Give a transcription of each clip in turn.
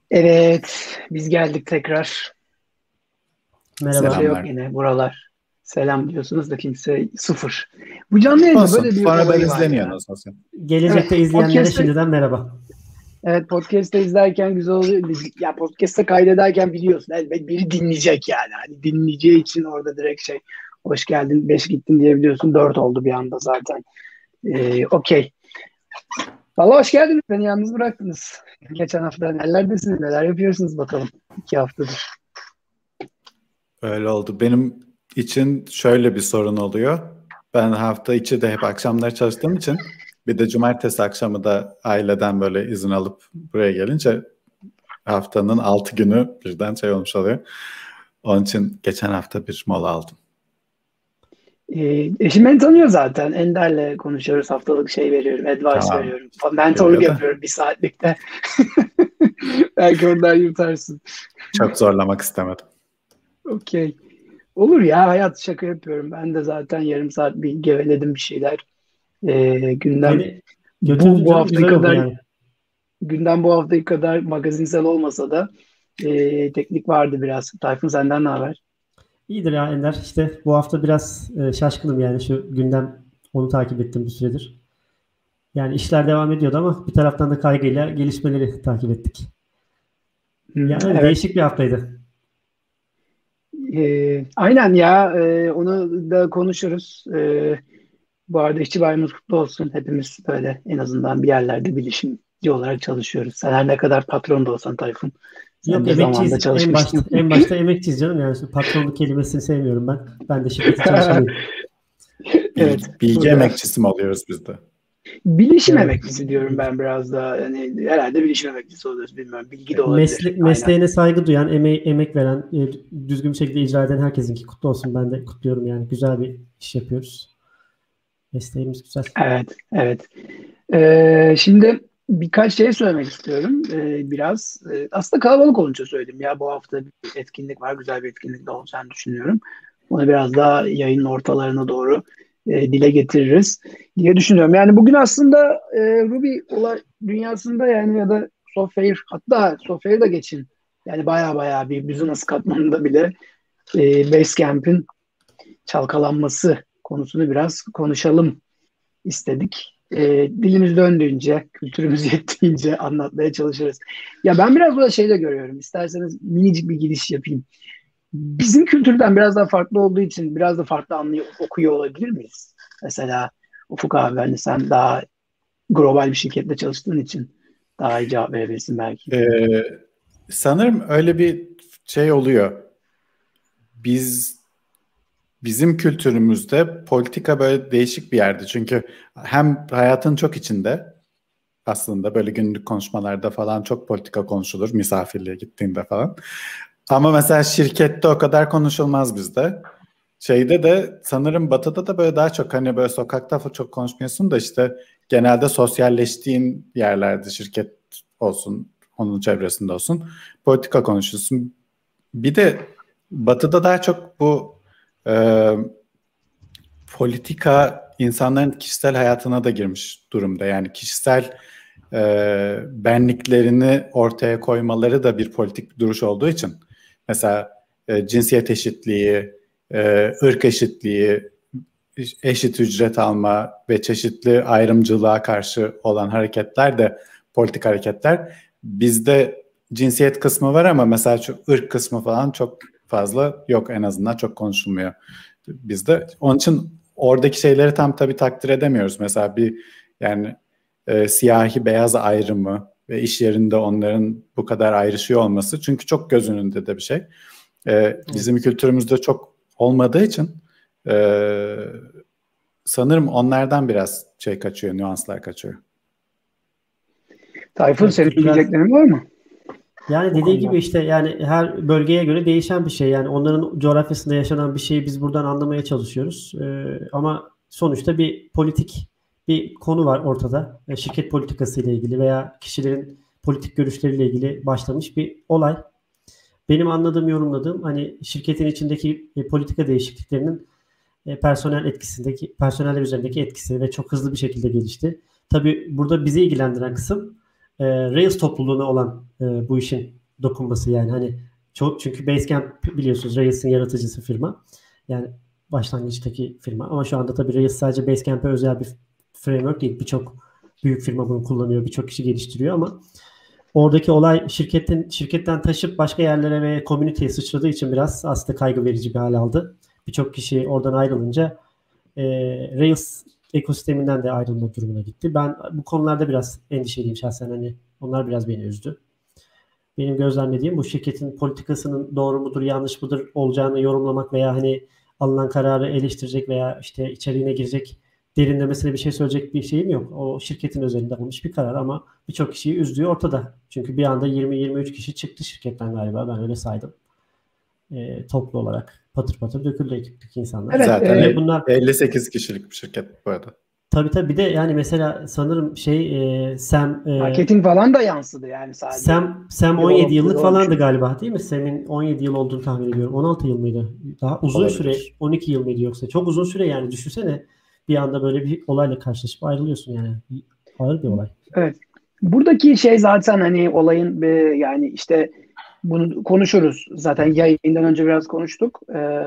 Evet, biz geldik tekrar. Kimse Merhaba. yok Selamlar. yine buralar. Selam diyorsunuz da kimse sıfır. Bu canlı yayında böyle Olsun. bir Sonradan olayı var izleniyor ya. nasıl olsa. Evet, Gelecekte izleyenlere podcast'te şimdiden merhaba. podcast'te izlerken güzel oluyor. Ya podcast'te kaydederken biliyorsun elbet biri dinleyecek yani. Hani dinleyeceği için orada direkt hoş geldin 5 gittin diyebiliyorsun. 4 oldu bir anda zaten. Okey. Valla hoş geldiniz. Beni yalnız bıraktınız. Geçen hafta nelerdesiniz? Neler yapıyorsunuz bakalım. 2 haftadır. Öyle oldu. Benim için şöyle bir sorun oluyor. Ben hafta içi de hep akşamları çalıştığım için bir de cumartesi akşamı da aileden böyle izin alıp buraya gelince haftanın 6 günü birden olmuş oluyor. Onun için geçen hafta bir mola aldım. Eşim beni tanıyor zaten. Ender'le konuşuyoruz. Haftalık veriyorum. Advice Tamam. veriyorum. Mentorluk Biliyor da yapıyorum bir saatlikte. Belki ondan yutarsın. çok zorlamak istemedim. Okey. Olur ya, hayat şaka yapıyorum. Ben de zaten yarım saat bir geveledim bir şeyler. Gündem Beni götürdün bu canım. haftayı Güzel oldu kadar yani. gündem bu haftayı kadar magazinsel olmasa da teknik vardı biraz. Tayfun senden ne haber? İyidir ya Ender. İşte bu hafta biraz şaşkınım yani şu gündem onu takip ettim bir süredir. Yani işler devam ediyordu ama bir taraftan da kaygıyla gelişmeleri takip ettik. Yani öyle Evet. değişik bir haftaydı. Aynen ya, onu da konuşuruz. Bu arada işçi bayramınız kutlu olsun. Hepimiz böyle en azından bir yerlerde bilişimci olarak çalışıyoruz. Sen her ne kadar patron da olsan Tayfun, sen Yok de zamanında emekçiyiz. En başta çalışmıştın. en başta emekçiyiz canım. Yani şu patronluk kelimesini sevmiyorum ben. Ben de şirketin çalışanıyım. Evet, Bilgi burada emekçisi mi oluyoruz biz de? bilişim Evet. emeklisi diyorum ben biraz daha. Yani herhalde bilişim emeklisi oluyoruz, bilmiyorum. Bilgi de olabilir. Aynen. Mesleğine saygı duyan, emek veren, düzgün bir şekilde icra eden herkesinki kutlu olsun. Ben de kutluyorum yani. Güzel bir iş yapıyoruz. Mesleğimiz güzel. Evet, evet. Şimdi birkaç şey söylemek istiyorum. Biraz aslında kalabalık olunca söyledim ya, bu hafta bir etkinlik var. Güzel bir etkinlik de olacağını düşünüyorum. Onu biraz daha yayının ortalarına doğru dile getiririz diye düşünüyorum. Yani bugün aslında Ruby olay dünyasında yani ya da Software, hatta Software'ı da geçin. Yani baya baya bir business katmanında bile Basecamp'in çalkalanması konusunu biraz konuşalım istedik. Dilimiz döndüğünce, kültürümüz yettiğince anlatmaya çalışırız. Ya ben biraz burada de görüyorum. İsterseniz minicik bir giriş yapayım. Bizim kültürden biraz daha farklı olduğu için biraz da farklı okuyor olabilir miyiz? Mesela Ufuk abi, hani sen daha global bir şirkette çalıştığın için daha iyi cevap verebilirsin belki. Ee, Sanırım öyle bir oluyor. Bizim kültürümüzde politika böyle değişik bir yerde. Çünkü hem hayatın çok içinde aslında böyle günlük konuşmalarda falan çok politika konuşulur misafirliğe gittiğinde falan. Ama mesela şirkette o kadar konuşulmaz bizde. De sanırım Batı'da da böyle daha çok hani böyle sokakta çok konuşmuyorsun da işte genelde sosyalleştiğin yerlerde şirket olsun, onun çevresinde olsun politika konuşuyorsun. Bir de Batı'da daha çok bu e, politika insanların kişisel hayatına da girmiş durumda. Yani kişisel benliklerini ortaya koymaları da bir politik duruş olduğu için. Mesela cinsiyet eşitliği, ırk eşitliği, eşit ücret alma ve çeşitli ayrımcılığa karşı olan hareketler de politik hareketler. Bizde cinsiyet kısmı var ama mesela şu ırk kısmı falan çok fazla yok, en azından çok konuşulmuyor bizde. Onun için oradaki şeyleri tam tabii takdir edemiyoruz. Mesela bir yani siyahi beyaz ayrımı ve iş yerinde onların bu kadar ayrışıyor olması, çünkü çok göz önünde de bir şey. Bizim kültürümüzde çok olmadığı için sanırım onlardan biraz kaçıyor, nüanslar kaçıyor. Tayfun, Evet, senin kültürel. diyeceklerin var mı Yani bu dediği konuda? gibi işte yani her bölgeye göre değişen bir şey. Yani onların coğrafyasında yaşanan bir şeyi biz buradan anlamaya çalışıyoruz. Ama sonuçta bir politik bir konu var ortada. Şirket politikası ile ilgili veya kişilerin politik görüşleriyle ilgili başlamış bir olay. Benim anladığım, yorumladığım hani şirketin içindeki politika değişikliklerinin personeller üzerindeki etkisi ve çok hızlı bir şekilde gelişti. Tabii burada bizi ilgilendiren kısım Rails topluluğuna olan bu işin dokunması yani hani çok, çünkü Basecamp biliyorsunuz Rails'in yaratıcısı firma. Yani başlangıçtaki firma ama şu anda tabii Rails sadece Basecamp'e özel bir framework değil. Birçok büyük firma bunu kullanıyor. Birçok kişi geliştiriyor ama oradaki olay şirketten taşıp başka yerlere ve komüniteye sıçradığı için biraz aslında kaygı verici bir hal aldı. Birçok kişi oradan ayrılınca Rails ekosisteminden de ayrılma durumuna gitti. Ben bu konularda biraz endişeliyim şahsen. Hani onlar biraz beni üzdü. Benim gözlemlediğim bu şirketin politikasının doğru mudur, yanlış mıdır olacağını yorumlamak veya hani alınan kararı eleştirecek veya işte içeriğine girecek, derinlemesine bir şey söyleyecek bir şeyim yok. O şirketin özelinde alınmış bir karar ama birçok kişiyi üzdüğü ortada. Çünkü bir anda 20-23 kişi çıktı şirketten galiba. Ben öyle saydım. Toplu olarak patır patır döküldü ekipteki insanlar. Evet, Zaten bunlar 58 kişilik bir şirket bu arada. tabii bir de yani mesela sanırım Sam marketing falan da yansıdı yani sadece. Sam 17 yıllık Doğru falandı şey. galiba değil mi? Sam'in 17 yıl olduğunu tahmin ediyorum. 16 yıl mıydı? Daha uzun Olabilir. süre 12 yıl mıydı yoksa? Çok uzun süre yani düşünsene bir anda böyle bir olayla karşılaşıp ayrılıyorsun yani. Ağır bir olay. Evet. Buradaki şey zaten hani olayın yani işte bunu konuşuruz. Zaten yayından önce biraz konuştuk.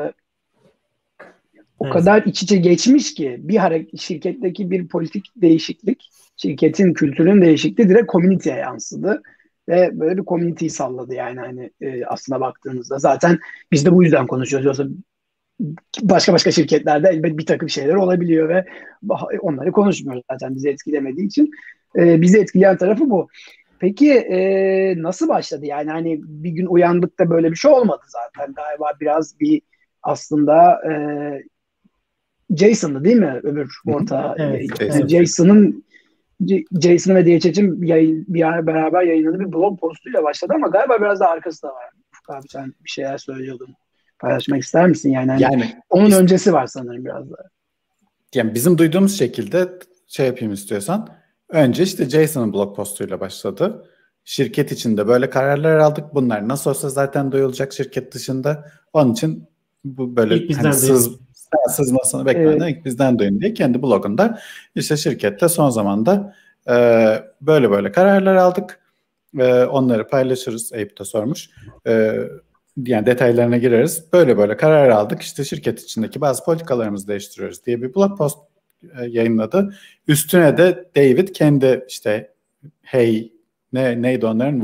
O Evet. kadar iç içe geçmiş ki şirketteki bir politik değişiklik, şirketin kültürünün değişikliği direkt komüniteye yansıdı. Ve böyle bir komüniteyi salladı yani hani aslına baktığınızda. Zaten biz de bu yüzden konuşuyoruz. Yoksa başka şirketlerde elbet bir takım şeyler olabiliyor ve onları konuşmuyoruz zaten bizi etkilemediği için. Bizi etkileyen tarafı bu. Peki nasıl başladı? Yani hani bir gün uyandık da böyle bir şey olmadı zaten. Galiba biraz bir aslında Jason'dı değil mi? Öbür orta Evet. Jason. Jason'ın ve DHH'in bir ara beraber yayınladığı bir blog postuyla başladı ama galiba biraz da arkası da var. Ufuk abi sen bir şeyler söylüyordun. Paylaşmak ister misin? Yani onun öncesi var sanırım biraz da. Yani bizim duyduğumuz şekilde şey yapayım istiyorsan. Önce işte Jason'ın blog postuyla başladı. Şirket içinde böyle kararlar aldık. Bunlar nasıl olsa zaten duyulacak şirket dışında. Onun için bu böyle İlk bizden sızmasını beklemeden ilk bizden duyun diye kendi blogunda işte şirketle son zamanda böyle kararlar aldık. Onları paylaşırız. Eyüp de sormuş. Yani detaylarına gireriz. Böyle karar aldık. İşte şirket içindeki bazı politikalarımızı değiştiriyoruz diye bir blog post yayınladı. Üstüne de David kendi işte neydi onların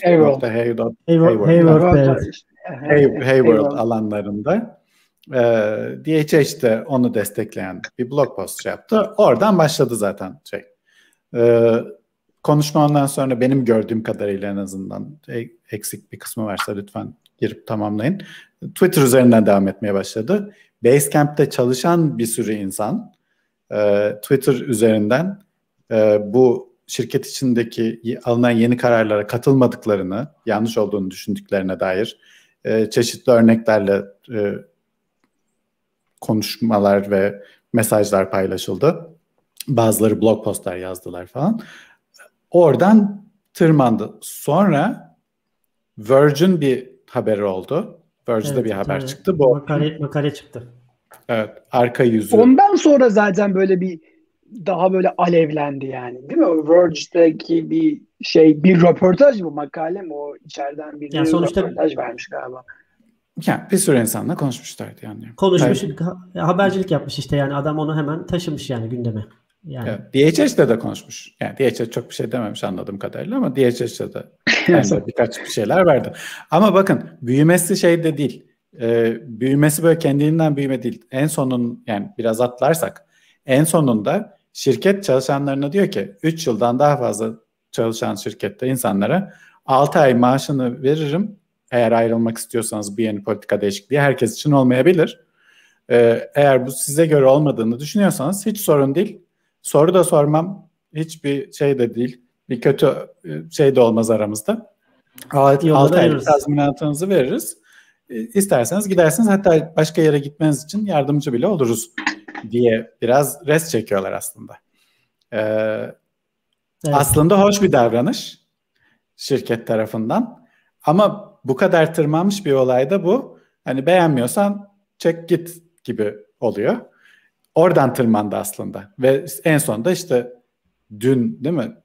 World alanlarında DHH'de onu destekleyen bir blog post yaptı. Oradan başladı zaten şey. Konuşma ondan sonra benim gördüğüm kadarıyla en azından eksik bir kısmı varsa lütfen girip tamamlayın. Twitter üzerinden devam etmeye başladı. Basecamp'te çalışan bir sürü insan Twitter üzerinden bu şirket içindeki alınan yeni kararlara katılmadıklarını, yanlış olduğunu düşündüklerine dair çeşitli örneklerle konuşmalar ve mesajlar paylaşıldı. Bazıları blog postlar yazdılar falan. Oradan tırmandı. Sonra Verge'in bir haberi oldu. Verge'de bir haber çıktı. Bu makale çıktı. Evet, arka yüzü. Ondan sonra zaten böyle bir daha böyle alevlendi yani. Değil mi? O Verge'deki bir röportaj mı, makale mi? O içeriden bir röportaj vermiş galiba. Yani bir sürü insanla konuşmuşlar diye anlıyorum. Konuşmuş, habercilik yapmış işte yani adam onu hemen taşımış yani gündeme. Yani. Evet, DHH'de de konuşmuş. Yani DHH çok bir şey dememiş anladığım kadarıyla ama DHH'de de bence birkaç bir şeyler verdi. Ama bakın büyümesi şey de değil. Büyümesi böyle kendiliğinden büyüme değil. En sonun yani biraz atlarsak en sonunda şirket çalışanlarına diyor ki 3 yıldan daha fazla çalışan şirkette insanlara 6 ay maaşını veririm. Eğer ayrılmak istiyorsanız bu yeni politika değişikliği herkes için olmayabilir. Eğer bu size göre olmadığını düşünüyorsanız hiç sorun değil. Soru da sormam. Hiçbir şey de değil. Bir kötü şey de olmaz aramızda. 6 aylık tazminatınızı veririz. İsterseniz gidersiniz. Hatta başka yere gitmeniz için yardımcı bile oluruz diye biraz res çekiyorlar aslında. Evet. Aslında hoş bir davranış şirket tarafından. Ama bu kadar tırmanmış bir olayda bu. Hani beğenmiyorsan çek git gibi oluyor. Oradan tırmandı aslında. Ve en sonunda işte dün değil mi?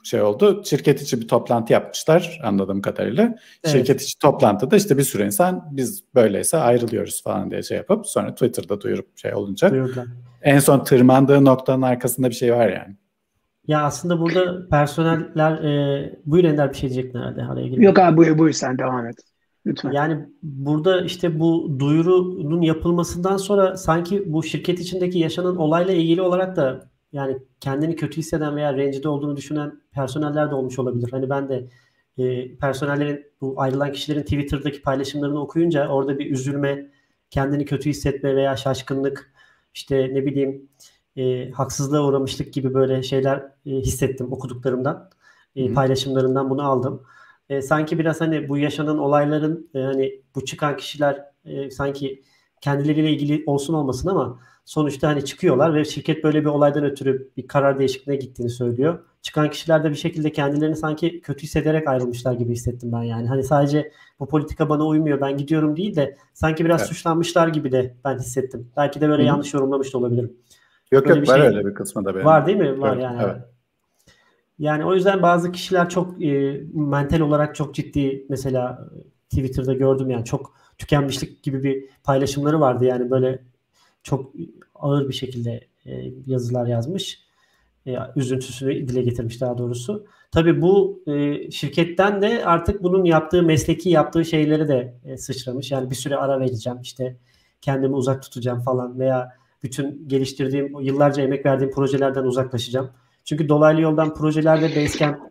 şey oldu. Şirket içi bir toplantı yapmışlar anladığım kadarıyla. Evet. Şirket içi toplantıda işte bir sürü insan biz böyleyse ayrılıyoruz falan diye şey yapıp sonra Twitter'da duyurup şey olunca Duyurdular. en son tırmandığı noktanın arkasında bir şey var yani. Ya aslında burada personeller buyur Ender, bir şey diyecek herhalde araya gireyim. Yok abi, buyur sen devam et. Lütfen. Yani burada işte bu duyurunun yapılmasından sonra sanki bu şirket içindeki yaşanan olayla ilgili olarak da yani kendini kötü hisseden veya rencide olduğunu düşünen personeller de olmuş olabilir. Hani ben de personellerin, bu ayrılan kişilerin Twitter'daki paylaşımlarını okuyunca orada bir üzülme, kendini kötü hissetme veya şaşkınlık, işte ne bileyim haksızlığa uğramışlık gibi böyle şeyler hissettim okuduklarımdan, paylaşımlarından bunu aldım. Sanki biraz hani bu yaşanan olayların hani bu çıkan kişiler sanki kendileriyle ilgili olsun olmasın ama sonuçta hani çıkıyorlar ve şirket böyle bir olaydan ötürü bir karar değişikliğine gittiğini söylüyor. Çıkan kişiler de bir şekilde kendilerini sanki kötü hissederek ayrılmışlar gibi hissettim ben yani. Hani sadece bu politika bana uymuyor ben gidiyorum değil de sanki biraz suçlanmışlar gibi de ben hissettim. Belki de böyle yanlış yorumlamış da olabilirim. Yok Böyle yok bir var şey öyle bir kısmı da benim. var değil mi? Var evet, yani. Evet. Yani o yüzden bazı kişiler çok mental olarak çok ciddi, mesela Twitter'da gördüm yani çok tükenmişlik gibi bir paylaşımları vardı yani böyle çok ağır bir şekilde yazılar yazmış. Üzüntüsünü dile getirmiş daha doğrusu. Tabii bu şirketten de artık bunun yaptığı, mesleki yaptığı şeyleri de sıçramış. Yani bir süre ara vereceğim, işte kendimi uzak tutacağım falan veya bütün geliştirdiğim, yıllarca emek verdiğim projelerden uzaklaşacağım. Çünkü dolaylı yoldan projelerde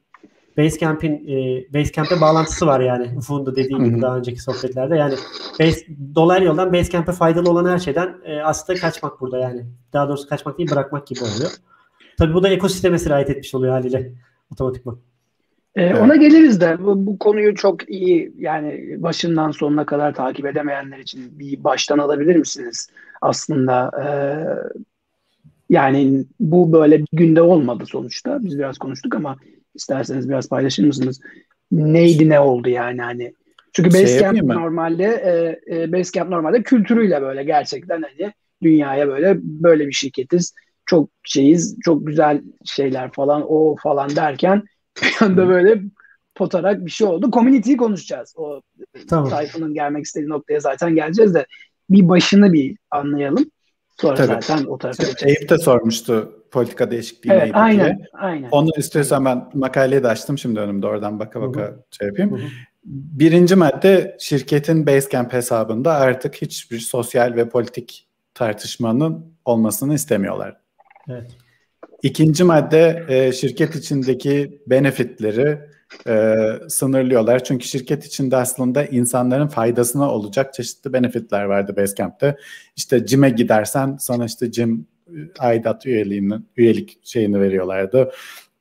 Basecamp'e bağlantısı var yani. Ufuk'un da dediği gibi daha önceki sohbetlerde. Yani dolaylı yoldan Basecamp'e faydalı olan her şeyden aslında kaçmak burada yani. Daha doğrusu kaçmak değil, bırakmak gibi oluyor. Tabii bu da ekosisteme sirayet etmiş oluyor haliyle otomatikman. Ona geliriz de bu konuyu çok iyi yani başından sonuna kadar takip edemeyenler için bir baştan alabilir misiniz? Aslında yani bu böyle bir günde olmadı sonuçta. Biz biraz konuştuk ama isterseniz biraz paylaşır mısınız? Neydi, ne oldu yani hani? Çünkü Basecamp normalde kültürüyle böyle gerçekten hani dünyaya böyle bir şirketiz. Çok şeyiz, çok güzel şeyler falan o falan derken bir anda böyle potarak bir şey oldu. Community'yi konuşacağız. O Tamam. Tayfun'un gelmek istediği noktaya zaten geleceğiz de bir başını bir anlayalım. Sonra Tabii. zaten o tarafa geçeceğiz. Eyüp de sormuştu politika değişikliği evet, neydi aynen, diye. Aynen. Onu istiyorsan ben makaleyi de açtım şimdi önümde, oradan baka şey yapayım. Hı-hı. Birinci madde, şirketin Basecamp hesabında artık hiçbir sosyal ve politik tartışmanın olmasını istemiyorlar. Evet. İkinci madde, şirket içindeki benefitleri sınırlıyorlar. Çünkü şirket içinde aslında insanların faydasına olacak çeşitli benefitler vardı Basecamp'te. İşte Gym'e gidersen sana işte Gym aidat üyelik şeyini veriyorlardı.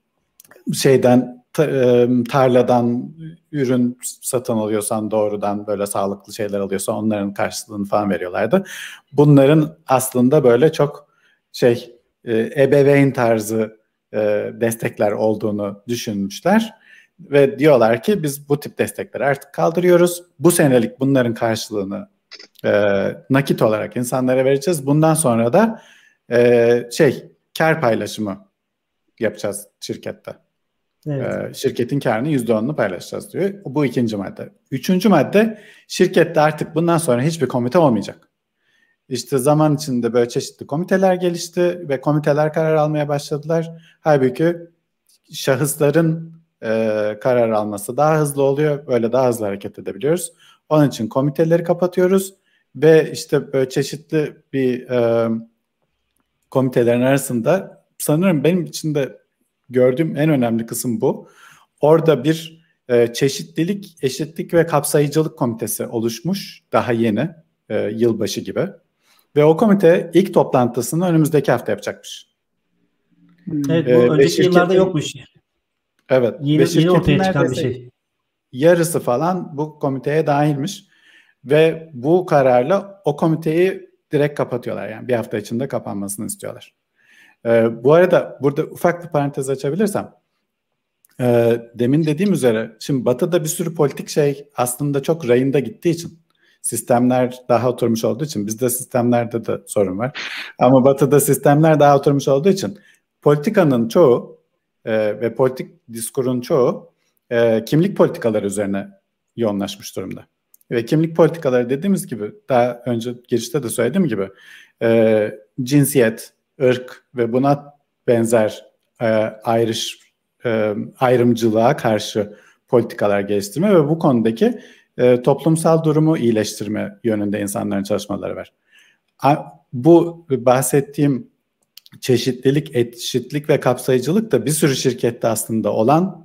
Tarladan ürün satın alıyorsan, doğrudan böyle sağlıklı şeyler alıyorsan onların karşılığını falan veriyorlardı. Bunların aslında böyle çok ebeveyn tarzı destekler olduğunu düşünmüşler ve diyorlar ki biz bu tip destekleri artık kaldırıyoruz. Bu senelik bunların karşılığını nakit olarak insanlara vereceğiz. Bundan sonra da kar paylaşımı yapacağız şirkette. Evet. Şirketin karını %10'unu paylaşacağız diyor. Bu ikinci madde. Üçüncü madde, şirkette artık bundan sonra hiçbir komite olmayacak. İşte zaman içinde böyle çeşitli komiteler gelişti ve komiteler karar almaya başladılar. Halbuki şahısların karar alması daha hızlı oluyor. Böyle daha hızlı hareket edebiliyoruz. Onun için komiteleri kapatıyoruz ve işte böyle çeşitli bir komitelerin arasında sanırım benim için de gördüğüm en önemli kısım bu. Orada bir çeşitlilik, eşitlik ve kapsayıcılık komitesi oluşmuş daha yeni, yılbaşı gibi. Ve o komite ilk toplantısını önümüzdeki hafta yapacakmış. Evet, bu önceki yıllarda yokmuş. Evet. Yeni ortaya çıkan bir şey. Yarısı falan bu komiteye dahilmiş. Ve bu kararla o komiteyi direkt kapatıyorlar. Yani bir hafta içinde kapanmasını istiyorlar. Bu arada burada ufak bir parantez açabilirsem, demin dediğim üzere şimdi Batı'da bir sürü politik şey aslında çok rayında gittiği için, sistemler daha oturmuş olduğu için, bizde sistemlerde de sorun var ama Batı'da sistemler daha oturmuş olduğu için politikanın çoğu ve politik diskurun çoğu kimlik politikaları üzerine yoğunlaşmış durumda. Ve kimlik politikaları dediğimiz gibi, daha önce girişte de söylediğim gibi, cinsiyet, ırk ve buna benzer ayrımcılığa karşı politikalar geliştirme ve bu konudaki toplumsal durumu iyileştirme yönünde insanların çalışmaları var. Bu bahsettiğim çeşitlilik, eşitlik ve kapsayıcılık da bir sürü şirkette aslında olan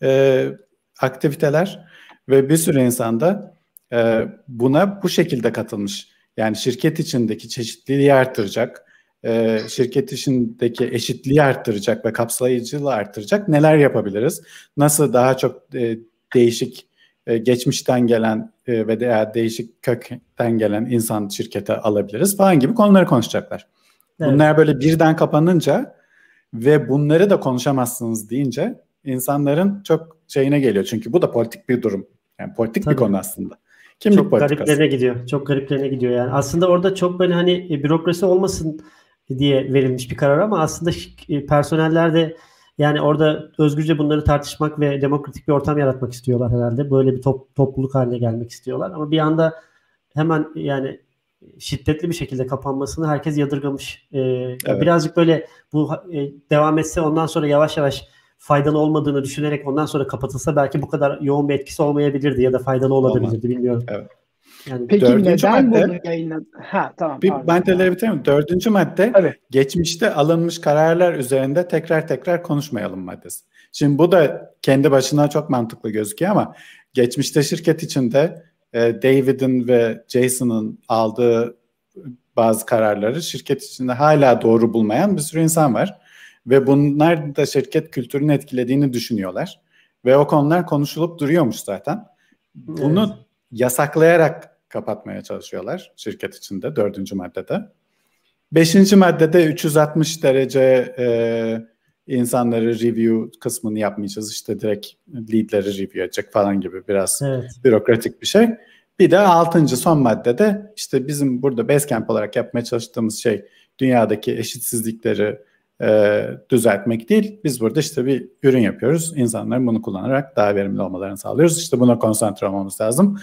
aktiviteler ve bir sürü insan da buna bu şekilde katılmış. Yani şirket içindeki çeşitliliği artıracak, şirket içindeki eşitliği artıracak ve kapsayıcılığı artıracak neler yapabiliriz? Nasıl daha çok değişik geçmişten gelen ve değişik kökten gelen insan şirkete alabiliriz falan gibi konuları konuşacaklar. Evet. Bunlar böyle birden kapanınca ve bunları da konuşamazsınız deyince insanların çok şeyine geliyor. Çünkü bu da politik bir durum. Yani politik bir konu aslında. Kimlik çok politikası. Gariplerine gidiyor. Çok gariplerine gidiyor yani. Aslında orada çok böyle hani bürokrasi olmasın diye verilmiş bir karar ama aslında personeller de yani orada özgürce bunları tartışmak ve demokratik bir ortam yaratmak istiyorlar herhalde. Böyle bir topluluk haline gelmek istiyorlar. Ama bir anda hemen yani şiddetli bir şekilde kapanmasını herkes yadırgamış. Evet. Birazcık böyle bu devam etse ondan sonra yavaş yavaş faydalı olmadığını düşünerek ondan sonra kapatılsa belki bu kadar yoğun bir etkisi olmayabilirdi ya da faydalı olabilirdi bilmiyorum. Evet. Yani peki neden bunu yayınladı? Tamam. Bir maddeleri bitirelim. 4. madde evet. Geçmişte alınmış kararlar üzerinde tekrar konuşmayalım maddesi. Şimdi bu da kendi başına çok mantıklı gözüküyor ama geçmişte şirket içinde David'in ve Jason'ın aldığı bazı kararları şirket içinde hala doğru bulmayan bir sürü insan var. Ve bunlar da şirket kültürünü etkilediğini düşünüyorlar. Ve o konular konuşulup duruyormuş zaten. Bunu yasaklayarak kapatmaya çalışıyorlar şirket içinde 4. maddede. 5. maddede 360 derece insanları review kısmını yapmayacağız. İşte direkt leadleri review edecek falan gibi biraz bürokratik bir şey. Bir de 6. son maddede işte bizim burada Basecamp olarak yapmaya çalıştığımız şey dünyadaki eşitsizlikleri düzeltmek değil. Biz burada işte bir ürün yapıyoruz. İnsanların bunu kullanarak daha verimli olmalarını sağlıyoruz. İşte buna konsantre olmamız lazım.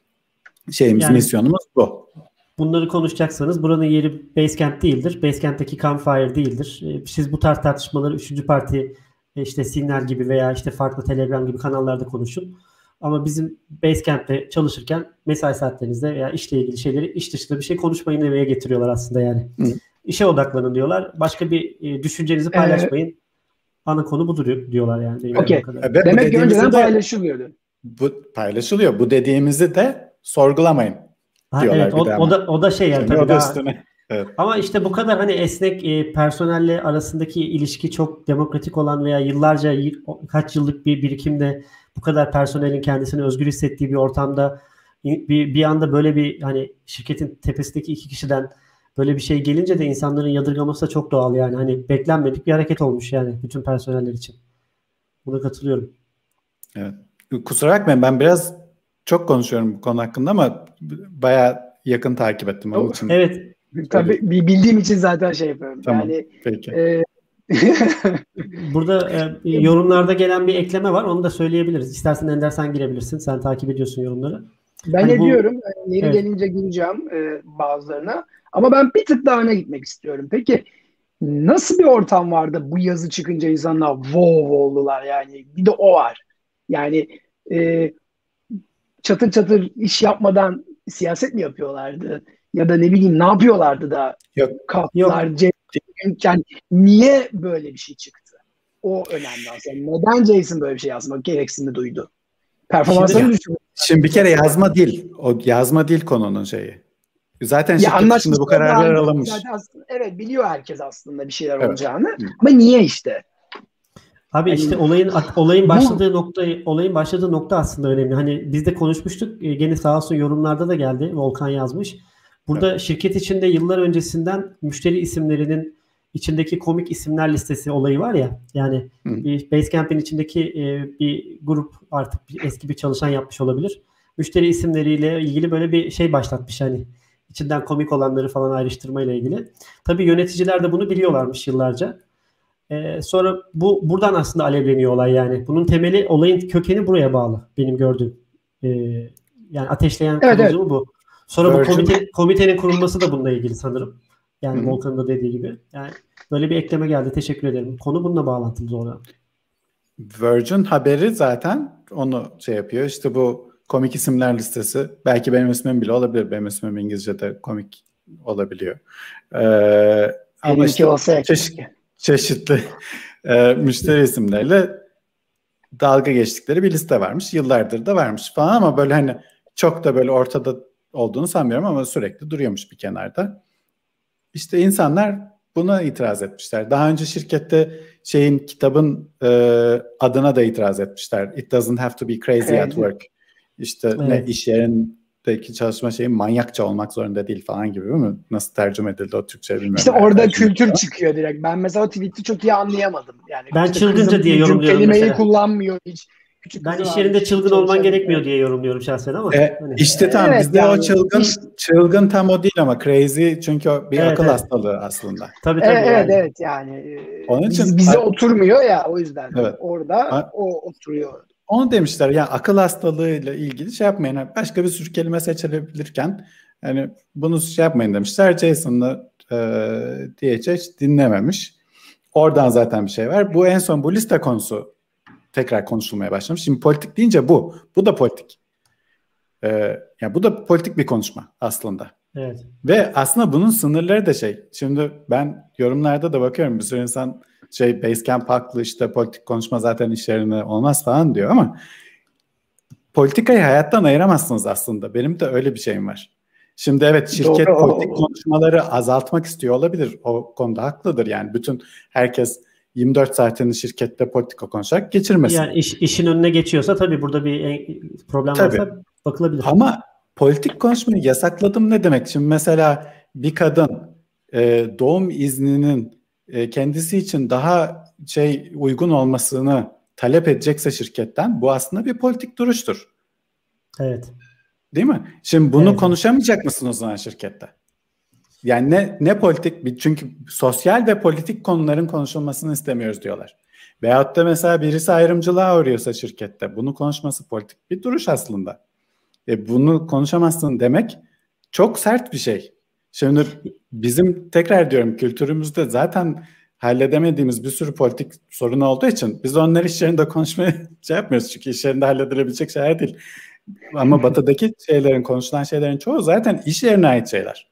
Misyonumuz bu. Bunları konuşacaksanız buranın yeri Basecamp değildir. Basecamp'teki Campfire değildir. Siz bu tarz tartışmaları 3. parti işte Signal gibi veya işte farklı Telegram gibi kanallarda konuşun. Ama bizim Basecamp'te çalışırken mesai saatlerinizde veya işle ilgili şeyleri iş dışında bir şey konuşmayın demeye getiriyorlar aslında yani. İşe odaklanın diyorlar. Başka bir düşüncenizi paylaşmayın. Ana konu budur diyorlar yani. Okay. Demek ki önceden paylaşılıyordu. Bu paylaşılıyor. Bu dediğimizi de sorgulamayın diyorlar evet, bir daha. O da şey yani tabii daha. Üstüne. Evet. Ama işte bu kadar hani esnek personelle arasındaki ilişki çok demokratik olan veya yıllarca kaç yıllık bir birikimde bu kadar personelin kendisini özgür hissettiği bir ortamda bir anda böyle bir hani şirketin tepesindeki 2 kişiden böyle bir şey gelince de insanların yadırgaması da çok doğal yani. Hani beklenmedik bir hareket olmuş yani bütün personeller için. Buna katılıyorum. Evet. Kusura bakmayın ben biraz çok konuşuyorum bu konu hakkında ama bayağı yakın takip ettim onun için. Evet. Tabii bildiğim için zaten şey yapıyorum. Tamam. Yani peki. Burada yorumlarda gelen bir ekleme var. Onu da söyleyebiliriz. İstersen Ender sen girebilirsin. Sen takip ediyorsun yorumları. Ben ediyorum. Yeri gelince gireceğim bazılarına. Ama ben bir tık daha öne gitmek istiyorum. Peki nasıl bir ortam vardı bu yazı çıkınca insanlar wow oldular yani. Bir de o var. Yani çatır çatır iş yapmadan siyaset mi yapıyorlardı? Ya da ne bileyim ne yapıyorlardı da kalktılar. Yani niye böyle bir şey çıktı? O önemli aslında. Neden Jason böyle bir şey yazmak gereksinimi duydu? Performansını düşünüyor. Şimdi bir kere yazma değil. O yazma değil konunun şeyi. Zaten şirket içinde bu kararlar alınmış. Aslında, evet biliyor herkes aslında bir şeyler olacağını. Ama niye işte? Abi yani, işte olayın başladığı nokta aslında önemli. Hani biz de konuşmuştuk. Gene sağ olsun yorumlarda da geldi. Volkan yazmış. Burada şirket içinde yıllar öncesinden müşteri isimlerinin içindeki komik isimler listesi olayı var ya. Yani Basecamp'in içindeki bir grup artık eski bir çalışan yapmış olabilir. Müşteri isimleriyle ilgili böyle bir şey başlatmış hani. İçinden komik olanları falan ayrıştırmayla ilgili. Tabii yöneticiler de bunu biliyorlarmış yıllarca. Sonra buradan aslında alevleniyor olay yani. Bunun temeli, olayın kökeni buraya bağlı benim gördüğüm. Yani ateşleyen kıvılcımı bu. Sonra bu komitenin kurulması da bununla ilgili sanırım. Yani Volkan'ın da dediği gibi. Yani böyle bir ekleme geldi. Teşekkür ederim. Konu bununla bağlantılı oluyor. Virgin haberi zaten onu şey yapıyor. İşte bu komik isimler listesi. Belki benim ismim bile olabilir. Benim ismim İngilizce'de komik olabiliyor. Ama işte çeşitli müşteri isimleriyle dalga geçtikleri bir liste varmış. Yıllardır da varmış falan ama böyle hani çok da böyle ortada olduğunu sanmıyorum ama sürekli duruyormuş bir kenarda. İşte insanlar buna itiraz etmişler. Daha önce şirkette kitabın adına da itiraz etmişler. It doesn't have to be crazy at work. İşte ne iş yerindeki çalışma manyakça olmak zorunda değil falan gibi, değil mi? Nasıl tercüme edildi o Türkçe bilmiyorum. İşte orada kültür çıkıyor direkt. Ben mesela o tweet'i çok iyi anlayamadım. Yani ben işte çılgınca diye yorumluyorum kelimeyi mesela. kullanmıyor hiç. Ben iş yerinde çılgın olman gerekmiyor diye yorumluyorum şahsen ama. İşte tam bizde yani, o çılgın tam o değil ama crazy çünkü o bir akıl hastalığı aslında. Tabii evet yani. Onun için bize oturmuyor ya o yüzden. Evet. Orada o oturuyor. Onu demişler yani akıl hastalığıyla ilgili şey yapmayın. Başka bir sürü kelime seçilebilirken yani bunu şey yapmayın demişler. Jason'la DHH dinlememiş. Oradan zaten bir şey var. Bu en son bu liste konusu tekrar konuşulmaya başlamış. Şimdi politik deyince bu da politik. Yani bu da politik bir konuşma aslında. Evet. Ve aslında bunun sınırları da şimdi ben yorumlarda da bakıyorum bir sürü insan Basecamp haklı işte politik konuşma zaten iş yerine olmaz falan diyor ama politikayı hayattan ayıramazsınız aslında. Benim de öyle bir şeyim var. Şimdi evet şirket politik konuşmaları azaltmak istiyor olabilir. O konuda haklıdır yani bütün herkes 24 saatini şirkette politika konuşarak geçirmesin. Yani işin önüne geçiyorsa tabii burada bir problem varsa bakılabilir. Ama politik konuşmayı yasakladım ne demek? Şimdi mesela bir kadın doğum izninin kendisi için daha uygun olmasını talep edecekse şirketten bu aslında bir politik duruştur. Evet. Değil mi? Şimdi bunu konuşamayacak mısın o zaman şirkette? Yani ne politik? Çünkü sosyal ve politik konuların konuşulmasını istemiyoruz diyorlar. Veyahut da mesela birisi ayrımcılığa uğruyorsa şirkette bunu konuşması politik bir duruş aslında. Bunu konuşamazsın demek çok sert bir şey. Şimdi bizim tekrar diyorum kültürümüzde zaten halledemediğimiz bir sürü politik sorun olduğu için biz onları iş yerinde konuşmaya yapmıyoruz. Çünkü iş yerinde halledilebilecek şeyler değil. Ama batıdaki konuşulan şeylerin çoğu zaten iş yerine ait şeyler.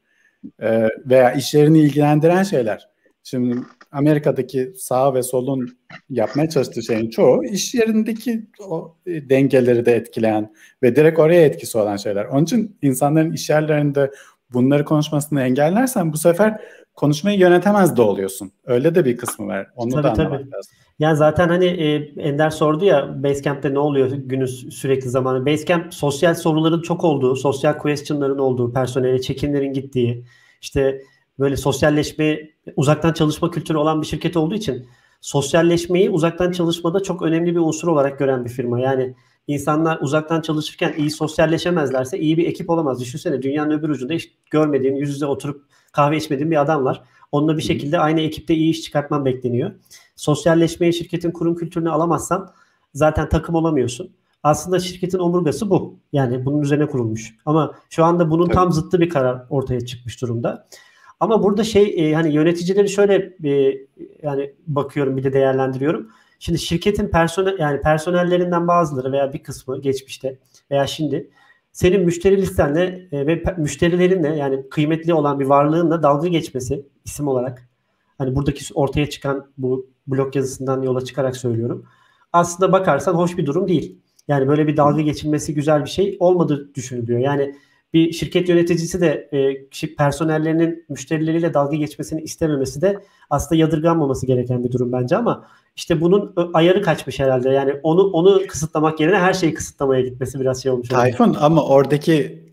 Veya iş yerini ilgilendiren şeyler. Şimdi Amerika'daki sağ ve solun yapmaya çalıştığı şeyin çoğu iş yerindeki o dengeleri de etkileyen ve direkt oraya etkisi olan şeyler. Onun için insanların iş yerlerinde bunları konuşmasını engellersen bu sefer konuşmayı yönetemez de oluyorsun. Öyle de bir kısmı var. Onu da anlamak lazım. Yani zaten hani Ender sordu ya Basecamp'te ne oluyor günüz sürekli zamanı. Basecamp sosyal soruların çok olduğu, sosyal question'ların olduğu, personele check-in'lerin gittiği, işte böyle sosyalleşme, uzaktan çalışma kültürü olan bir şirket olduğu için sosyalleşmeyi uzaktan çalışmada çok önemli bir unsur olarak gören bir firma. Yani insanlar uzaktan çalışırken iyi sosyalleşemezlerse iyi bir ekip olamaz. Düşünsene dünyanın öbür ucunda hiç görmediğin, yüz yüze oturup kahve içmediğin bir adam var. Onunla bir şekilde aynı ekipte iyi iş çıkartman bekleniyor. Sosyalleşmeyi şirketin kurum kültürüne alamazsan zaten takım olamıyorsun. Aslında şirketin omurgası bu. Yani bunun üzerine kurulmuş. Ama şu anda bunun tam zıttı bir karar ortaya çıkmış durumda. Ama burada hani yöneticileri şöyle yani bakıyorum bir de değerlendiriyorum. Şimdi şirketin personellerinden bazıları veya bir kısmı geçmişte veya şimdi senin müşteri listenle ve müşterilerinle yani kıymetli olan bir varlığınla dalga geçmesi isim olarak hani buradaki ortaya çıkan bu blog yazısından yola çıkarak söylüyorum. Aslında bakarsan hoş bir durum değil. Yani böyle bir dalga geçilmesi güzel bir şey olmadığı düşünülüyor. Yani bir şirket yöneticisi de personellerinin müşterileriyle dalga geçmesini istememesi de aslında yadırganmaması gereken bir durum bence ama işte bunun ayarı kaçmış herhalde. Yani onu kısıtlamak yerine her şeyi kısıtlamaya gitmesi biraz olmuş. Tayfun ama oradaki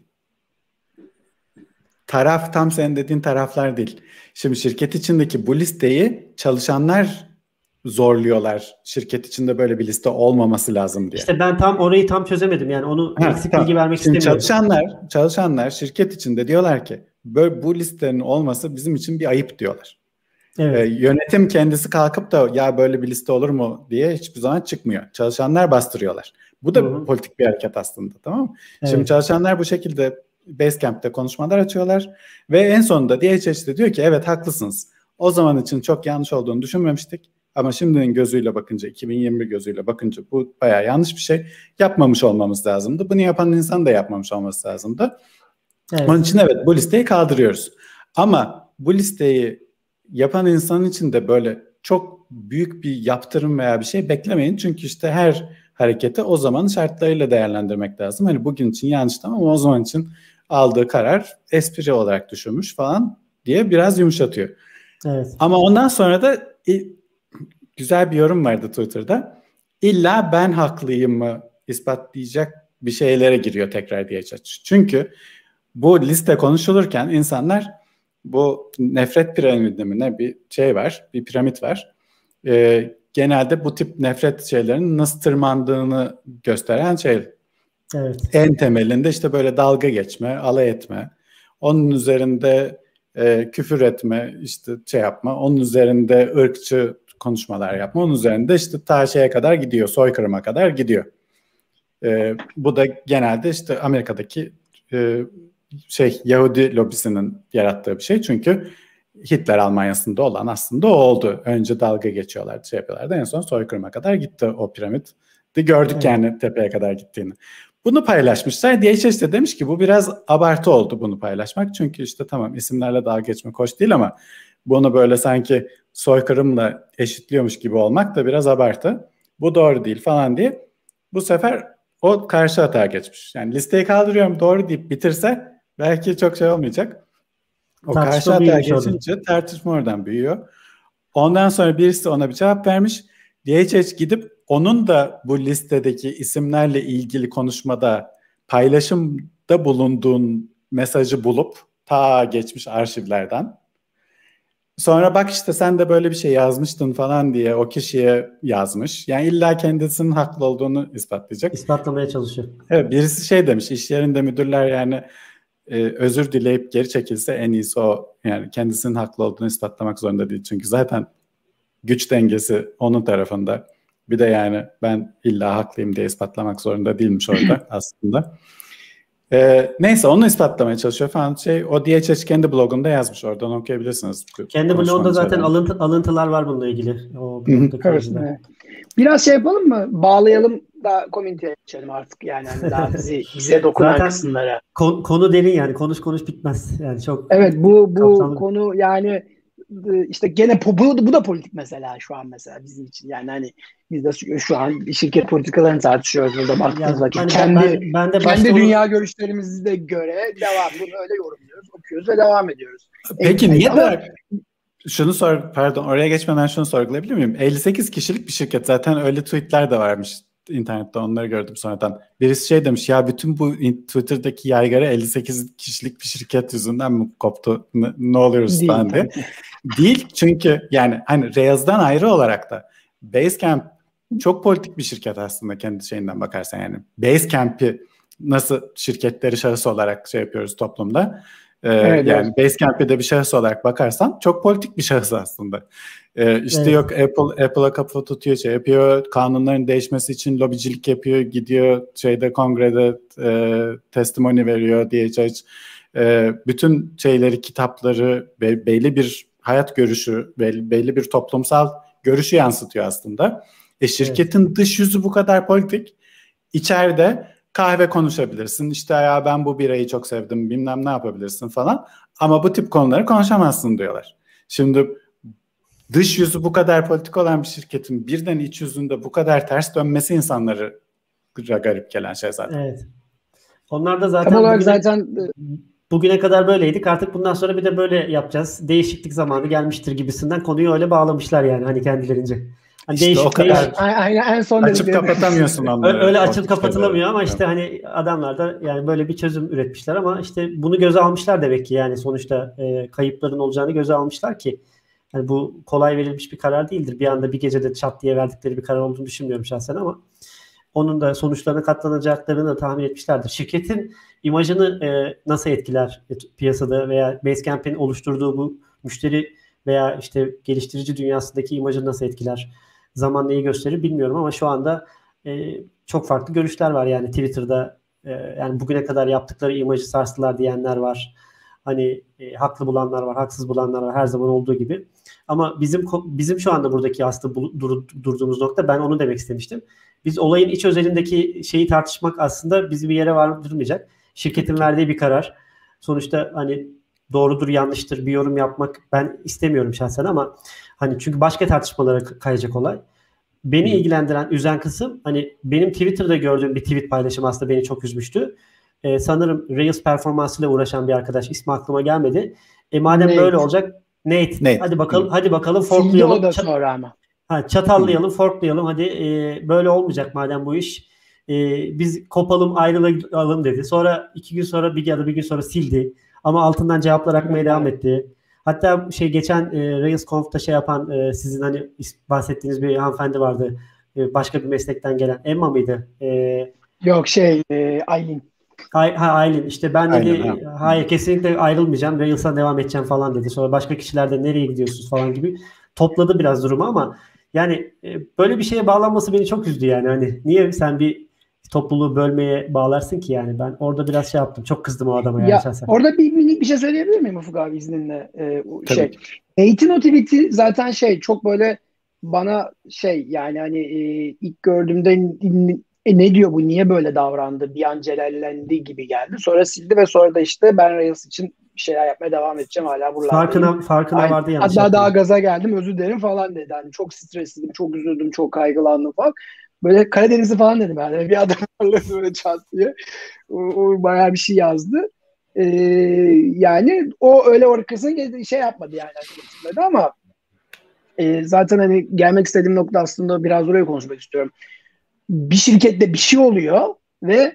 taraf tam senin dediğin taraflar değil. Şimdi şirket içindeki bu listeyi çalışanlar zorluyorlar. Şirket içinde böyle bir liste olmaması lazım diye. İşte ben orayı tam çözemedim. Yani onu eksik bilgi vermek şimdi istemiyorum. Çalışanlar şirket içinde diyorlar ki böyle bu listenin olması bizim için bir ayıp diyorlar. Evet. Yönetim kendisi kalkıp da ya böyle bir liste olur mu diye hiçbir zaman çıkmıyor. Çalışanlar bastırıyorlar. Bu da politik bir hareket aslında, tamam mı? Evet. Şimdi çalışanlar bu şekilde Basecamp'te konuşmalar açıyorlar ve en sonunda DHH de diyor ki evet haklısınız. O zaman için çok yanlış olduğunu düşünmemiştik. Ama şimdinin gözüyle bakınca, 2021 gözüyle bakınca bu bayağı yanlış bir şey. Yapmamış olmamız lazımdı. Bunu yapan insan da yapmamış olması lazımdı. Evet. Onun için evet bu listeyi kaldırıyoruz. Ama bu listeyi yapan insanın için de böyle çok büyük bir yaptırım veya bir şey beklemeyin. Çünkü işte her hareketi o zamanın şartlarıyla değerlendirmek lazım. Hani bugün için yanlış tamam ama o zaman için aldığı karar espri olarak düşünmüş falan diye biraz yumuşatıyor. Evet. Ama ondan sonra da güzel bir yorum vardı Twitter'da. İlla ben haklıyım mı ispatlayacak bir şeylere giriyor tekrar diye açıyor. Çünkü bu liste konuşulurken insanlar bu nefret piramidi mi ne bir şey var, bir piramit var. Genelde bu tip nefret şeylerin nasıl tırmandığını gösteren şey. Evet. En temelinde işte böyle dalga geçme, alay etme, onun üzerinde küfür etme, işte şey yapma, onun üzerinde ırkçı konuşmalar yapma, onun üzerinde işte ta şeye kadar gidiyor, soykırıma kadar gidiyor. Bu da genelde işte Amerika'daki Yahudi lobisinin yarattığı bir şey. Çünkü Hitler Almanya'sında olan aslında o oldu. Önce dalga geçiyorlardı, şey yapıyorlardı. En son soykırıma kadar gitti o piramit. Gördük evet. Yani tepeye kadar gittiğini. Bunu paylaşmışlar. DHH de demiş ki bu biraz abartı oldu bunu paylaşmak. Çünkü işte tamam isimlerle dalga geçmek hoş değil ama bunu böyle sanki soykırımla eşitliyormuş gibi olmak da biraz abartı. Bu doğru değil falan diye. Bu sefer o karşı hata geçmiş. Yani listeyi kaldırıyorum doğru deyip bitirse belki çok şey olmayacak. O karşı hata geçince tartışma oradan büyüyor. Ondan sonra birisi ona bir cevap vermiş. DHH gidip onun da bu listedeki isimlerle ilgili konuşmada paylaşımda bulunduğun mesajı bulup ta geçmiş arşivlerden. Sonra bak işte sen de böyle bir şey yazmıştın falan diye o kişiye yazmış. Yani illa kendisinin haklı olduğunu ispatlayacak. İspatlamaya çalışıyor. Evet, birisi şey demiş iş yerinde müdürler yani özür dileyip geri çekilse en iyisi o. Yani kendisinin haklı olduğunu ispatlamak zorunda değil. Çünkü zaten güç dengesi onun tarafında. Bir de yani ben illa haklıyım diye ispatlamak zorunda değilmiş orada aslında. Neyse onu ispatlamaya çalışıyor falan. O DHH kendi blogunda yazmış. Oradan okuyabilirsiniz. Kendi blogunda zaten alıntılar var bununla ilgili. O evet. Biraz şey yapalım mı? Bağlayalım da komüniteye geçelim artık. Yani hani daha bize dokunan zaten kısımlara. Konu derin yani. Konuş bitmez. Yani çok. Evet bu konu yani işte gene bu da politik mesela şu an mesela bizim için. Yani hani biz de şu an şirket politikalarını tartışıyoruz burada baktığımız vakit. Yani kendi dünya görüşlerimize göre bunu öyle yorumluyoruz, okuyoruz ve devam ediyoruz. Peki niye de şunu pardon oraya geçmeden şunu sorgulayabilir miyim? 58 kişilik bir şirket zaten öyle tweetler de varmış internette onları gördüm sonradan. Birisi şey demiş ya bütün bu Twitter'daki yaygara 58 kişilik bir şirket yüzünden mi koptu? Ne oluyoruz falan diye. Değil çünkü yani hani Reels'den ayrı olarak da Basecamp çok politik bir şirket aslında kendi şeyinden bakarsan yani. Basecamp'i nasıl şirketleri şahıs olarak şey yapıyoruz toplumda. Evet, yani evet. Basecamp'e de bir şahıs olarak bakarsan çok politik bir şahıs aslında. İşte evet. Yok Apple'a kafa tutuyor, şey yapıyor, kanunların değişmesi için lobicilik yapıyor, gidiyor kongrede testimony veriyor DHH. Bütün kitapları, belli bir hayat görüşü, belli bir toplumsal görüşü yansıtıyor aslında. Şirketin evet. Dış yüzü bu kadar politik. İçeride kahve konuşabilirsin. İşte ya ben bu birayı çok sevdim bilmem ne yapabilirsin falan. Ama bu tip konuları konuşamazsın diyorlar. Şimdi dış yüzü bu kadar politik olan bir şirketin birden iç yüzünde bu kadar ters dönmesi insanları garip gelen şey zaten. Evet. Onlar da zaten bugüne kadar böyleydik. Artık bundan sonra bir de böyle yapacağız. Değişiklik zamanı gelmiştir gibisinden konuyu öyle bağlamışlar yani hani kendilerince. Hani işte o kadar en son açıp kapatamıyorsun onları. Öyle açıp kapatılamıyor ama işte hani adamlar da yani böyle bir çözüm üretmişler ama işte bunu göze almışlar demek ki yani sonuçta kayıpların olacağını göze almışlar ki yani bu kolay verilmiş bir karar değildir. Bir anda bir gecede çat diye verdikleri bir karar olduğunu düşünmüyorum şahsen ama onun da sonuçlarına katlanacaklarını da tahmin etmişlerdir. Şirketin imajını nasıl etkiler piyasada veya Basecamp'in oluşturduğu bu müşteri veya işte geliştirici dünyasındaki imajı nasıl etkiler, zaman neyi gösterir bilmiyorum ama şu anda çok farklı görüşler var. Yani Twitter'da yani bugüne kadar yaptıkları imajı sarstılar diyenler var. Hani haklı bulanlar var, haksız bulanlar var her zaman olduğu gibi. Ama bizim şu anda buradaki aslında durduğumuz nokta, ben onu demek istemiştim. Biz olayın iç özelindeki şeyi tartışmak aslında bizi bir yere vardırmayacak. Şirketin verdiği bir karar. Sonuçta hani doğrudur, yanlıştır bir yorum yapmak ben istemiyorum şahsen ama hani çünkü başka tartışmalara kayacak olay. Beni ilgilendiren, üzen kısım hani benim Twitter'da gördüğüm bir tweet paylaşımı aslında beni çok üzmüştü. Sanırım Rails performansıyla uğraşan bir arkadaş, ismi aklıma gelmedi. Madem Nate. Böyle olacak Nate. Hadi bakalım forklayalım. Sildi o da sonra ama. Çatallayalım, forklayalım. Hadi böyle olmayacak madem bu iş. Biz kopalım, ayrılalım dedi. Sonra 2 gün sonra bir gün sonra sildi. Ama altından cevaplar akmaya devam etti. Hatta geçen Rails Conf'ta yapan sizin hani bahsettiğiniz bir hanımefendi vardı. Başka bir meslekten gelen. Emma mıydı? Yok Aylin. Aylin işte ben dedi Aynen, hayır kesinlikle ayrılmayacağım. Rails'a devam edeceğim falan dedi. Sonra başka kişiler de nereye gidiyorsunuz falan gibi topladı biraz durumu ama yani böyle bir şeye bağlanması beni çok üzdü yani. Hani niye sen bir topluluğu bölmeye bağlarsın ki yani? Ben orada biraz yaptım. Çok kızdım o adama yani şahsen. Orada minik bir şey söyleyebilir miyim Ufuk abi izninle? Tabii. Nate'in o tweet'i zaten çok böyle bana yani hani ilk gördüğümde ne diyor bu, niye böyle davrandı, bir an celallendi gibi geldi. Sonra sildi ve sonra da işte ben Rails için bir şeyler yapmaya devam edeceğim, hala buralardayım. Farkına vardı yanlış. Hatta daha gaza geldim, özür dilerim falan dedi. Hani çok stresliydim, çok üzüldüm, çok kaygılandım falan. Böyle Karadeniz'i falan dedim yani. Bir adam böyle çat diye. O bayağı bir şey yazdı. Yani o öyle orkasını yapmadı yani. Getirmedi ama zaten hani gelmek istediğim nokta aslında biraz oraya konuşmak istiyorum. Bir şirkette bir şey oluyor ve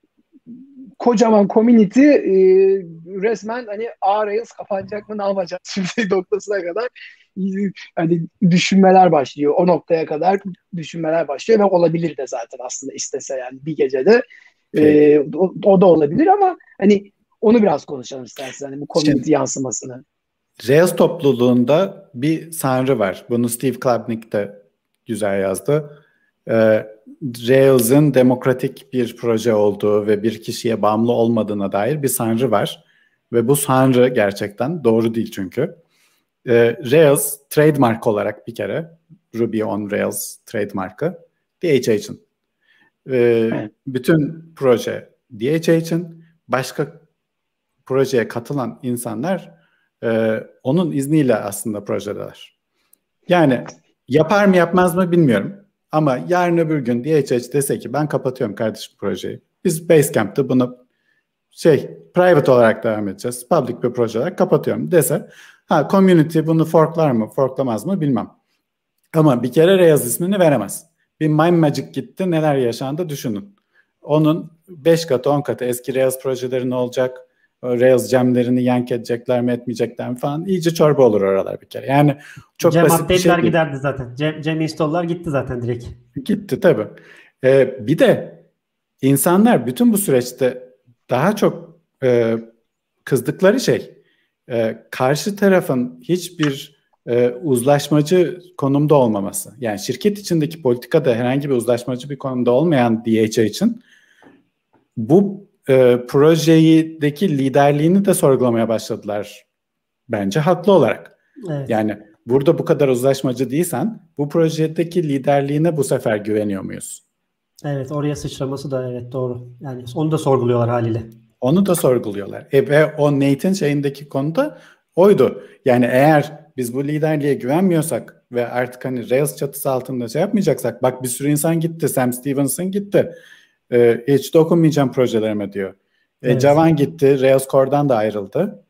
kocaman community resmen hani Rails kapanacak mı, ne yapacağız şimdi noktasına kadar hani düşünmeler başlıyor. O noktaya kadar düşünmeler başlıyor ve olabilir de zaten aslında istese yani bir gecede o da olabilir ama hani onu biraz konuşalım istersen, hani bu community yansımasını. Rails topluluğunda bir sanrı var. Bunu Steve Klabnik de güzel yazdı. Rails'ın demokratik bir proje olduğu ve bir kişiye bağımlı olmadığına dair bir sanrı var. Ve bu sanrı gerçekten doğru değil çünkü. Rails trademark olarak bir kere Ruby on Rails trademark'ı DHH'ın. Evet. Bütün proje DHH'ın, başka projeye katılan insanlar onun izniyle aslında projedeler. Yani yapar mı yapmaz mı bilmiyorum. Ama yarın öbür gün DHH dese ki ben kapatıyorum kardeşim projeyi. Biz Basecamp'te bunu private olarak devam edeceğiz. Public bir proje olarak kapatıyorum dese, community bunu forklar mı forklamaz mı bilmem. Ama bir kere Rails ismini veremez. Bir MindMagic gitti, neler yaşandı düşünün. Onun 5 katı 10 katı eski Rails projeleri ne olacak? Rails gemlerini yank edecekler mi etmeyecekler mi falan, iyice çorba olur oralar bir kere. Yani çok basit bir şey değil. giderdi zaten. Gem install'lar gitti zaten direkt. Gitti tabii. Bir de insanlar bütün bu süreçte daha çok kızdıkları karşı tarafın hiçbir uzlaşmacı konumda olmaması. Yani şirket içindeki politikada herhangi bir uzlaşmacı bir konumda olmayan DHH için bu projedeki liderliğini de sorgulamaya başladılar. Bence haklı olarak. Evet. Yani burada bu kadar uzlaşmacı değilsen bu projedeki liderliğine bu sefer güveniyor muyuz? Evet, oraya sıçraması da evet doğru. Yani onu da sorguluyorlar haliyle. Onu da sorguluyorlar. Ve o Nate'in şeyindeki konuda oydu. Yani eğer biz bu liderliğe güvenmiyorsak ve artık hani Rails çatısı altında yapmayacaksak, bak bir sürü insan gitti, Sam Stevenson gitti. Hiç dokunmayacağım projelerime diyor. Evet. Javan gitti, Rails Core'dan da ayrıldı.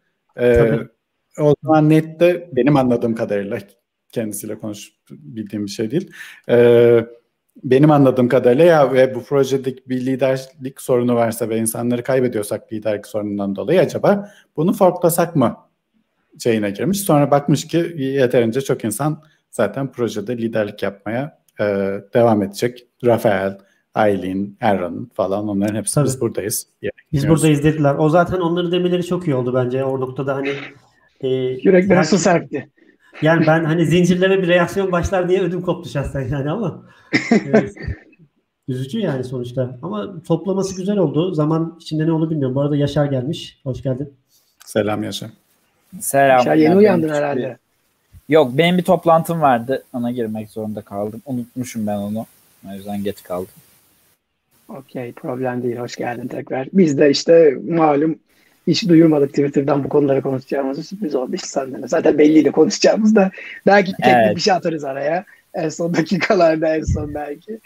O zaman Nate benim anladığım kadarıyla, kendisiyle bildiğim bir şey değil. Benim anladığım kadarıyla ve bu projedeki bir liderlik sorunu varsa ve insanları kaybediyorsak liderlik sorunundan dolayı acaba bunu forklasak mı girmiş. Sonra bakmış ki yeterince çok insan zaten projede liderlik yapmaya devam edecek. Rafael, Aylin, Aaron falan, onların hepsi biz buradayız. Biz buradayız dediler. O zaten onları demeleri çok iyi oldu bence. O noktada hani yürekleri su serpti. Yani ben hani zincirleme bir reaksiyon başlar diye ödüm koptu şahsen yani ama üzücü yani sonuçta. Ama toplaması güzel oldu. Zaman içinde ne oldu bilmiyorum. Bu arada Yaşar gelmiş. Hoş geldin. Selam Yaşar. Selam. Yaşar yeni uyandın herhalde. Yok, benim bir toplantım vardı. Ona girmek zorunda kaldım. Unutmuşum ben onu. O yüzden geç kaldım. Okey, problem değil. Hoş geldin tekrar. Biz de işte malum hiç duyurmadık Twitter'dan bu konuları konuşacağımızı, sürpriz oldu. Hiç senden. Zaten belliydi konuşacağımız da. Belki teknik bir şey atarız araya. En son dakikalarda belki.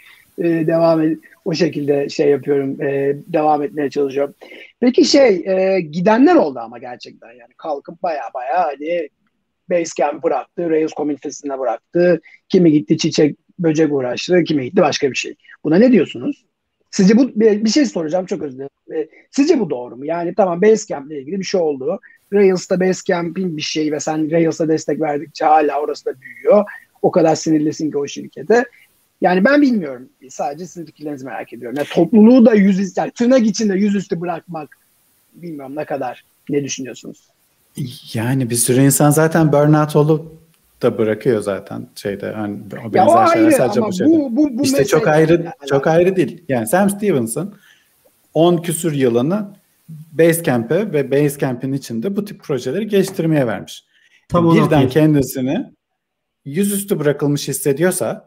O şekilde şey yapıyorum. Devam etmeye çalışıyorum. Peki gidenler oldu ama gerçekten yani kalkıp baya hani Basecamp bıraktı, Rails komünitesine bıraktı. Kimi gitti çiçek böcek uğraştı, kimi gitti başka bir şey. Buna ne diyorsunuz? Sizce bu bir şey soracağım, çok özür dilerim. Sizce bu doğru mu? Yani tamam, Basecamp ile ilgili bir şey oldu. Rails'ta Basecamp'in bir şeyi ve sen Rails'a destek verdikçe hala orası da büyüyor. O kadar sinirlisin ki o şirkete. Yani ben bilmiyorum. Sadece sizin fikirlerinizi merak ediyorum. Yani topluluğu da yani tırnak içinde yüzüstü bırakmak, bilmiyorum ne kadar, ne düşünüyorsunuz? Yani bir sürü insan zaten burnout olup da bırakıyor zaten şeyde. Hani o ya benzer o şeyler ayrı sadece ama bu şeyde. bu İşte çok ayrı değil. Yani Sam Stevens'ın 10 küsür yılını Basecamp'e ve Basecamp'in içinde bu tip projeleri geliştirmeye vermiş. Birden kendisini yüzüstü bırakılmış hissediyorsa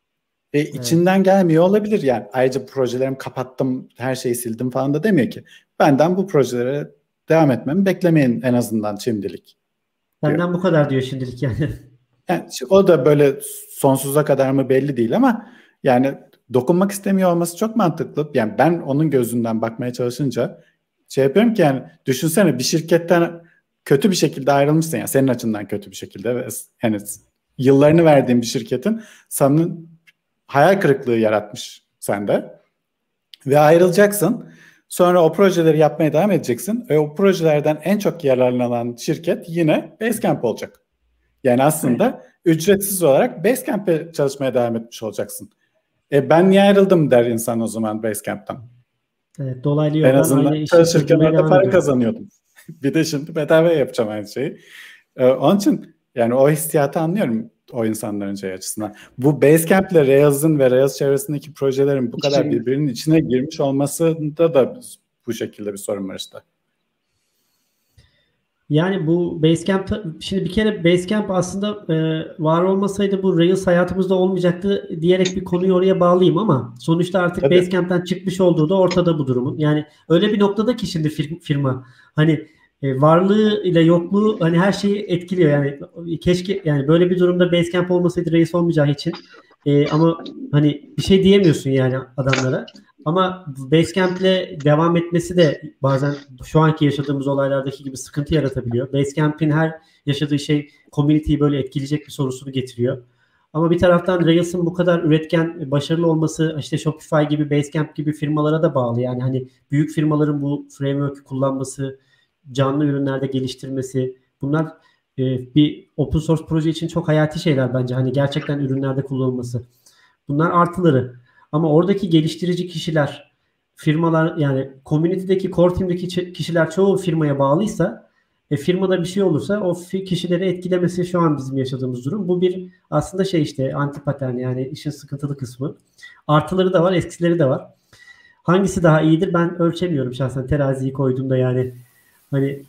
içinden gelmiyor olabilir yani. Ayrıca projelerimi kapattım, her şeyi sildim falan da demiyor ki. Benden bu projelere devam etmemi beklemeyin en azından şimdilik. Benden bu kadar diyor şimdilik yani. Yani o da böyle sonsuza kadar mı belli değil ama yani dokunmak istemiyor olması çok mantıklı. Yani ben onun gözünden bakmaya çalışınca yapıyorum ki yani düşünsene bir şirketten kötü bir şekilde ayrılmışsın yani senin açından kötü bir şekilde ve yani yıllarını verdiğin bir şirketin sana hayal kırıklığı yaratmış sende ve ayrılacaksın. Sonra o projeleri yapmaya devam edeceksin ve o projelerden en çok yararlanan şirket yine Basecamp olacak. Yani aslında ücretsiz olarak Basecamp'e çalışmaya devam etmiş olacaksın. Ben niye ayrıldım der insan o zaman Basecamp'tan. Evet, dolaylı yoldan en azından aynı işi çalışırken orada para ediyor. kazanıyordum. Bir de şimdi bedava yapacağım aynı şeyi. Onun için yani o hissiyatı anlıyorum o insanların açısından. Bu Basecamp ile Rails'ın ve Rails çevresindeki projelerin bu kadar birbirinin içine girmiş olmasında da bu şekilde bir sorun var işte. Yani bu Basecamp, şimdi bir kere Basecamp aslında var olmasaydı bu Rails hayatımızda olmayacaktı diyerek bir konuyu oraya bağlayayım ama sonuçta artık tabii Basecamp'ten çıkmış olduğu da ortada bu durumun. Yani öyle bir noktada ki şimdi firma hani varlığı ile yokluğu hani her şeyi etkiliyor. Yani keşke yani böyle bir durumda Basecamp olmasaydı Rails olmayacağı için ama hani bir şey diyemiyorsun yani adamlara. Ama Basecamp'le devam etmesi de bazen şu anki yaşadığımız olaylardaki gibi sıkıntı yaratabiliyor. Basecamp'in her yaşadığı şey community'yi böyle etkileyecek bir sorusunu getiriyor. Ama bir taraftan Rails'ın bu kadar üretken, başarılı olması işte Shopify gibi, Basecamp gibi firmalara da bağlı. Yani hani büyük firmaların bu framework'ü kullanması, canlı ürünlerde geliştirmesi, bunlar bir open source proje için çok hayati şeyler bence. Hani gerçekten ürünlerde kullanılması. Bunlar artıları. Ama oradaki geliştirici kişiler, firmalar yani community'deki core team'deki kişiler çoğu firmaya bağlıysa firmada bir şey olursa o kişileri etkilemesi şu an bizim yaşadığımız durum. Bu bir aslında işte anti patern yani işin sıkıntılı kısmı. Artıları da var, eksileri de var. Hangisi daha iyidir ben ölçemiyorum şahsen teraziyi koyduğumda yani hani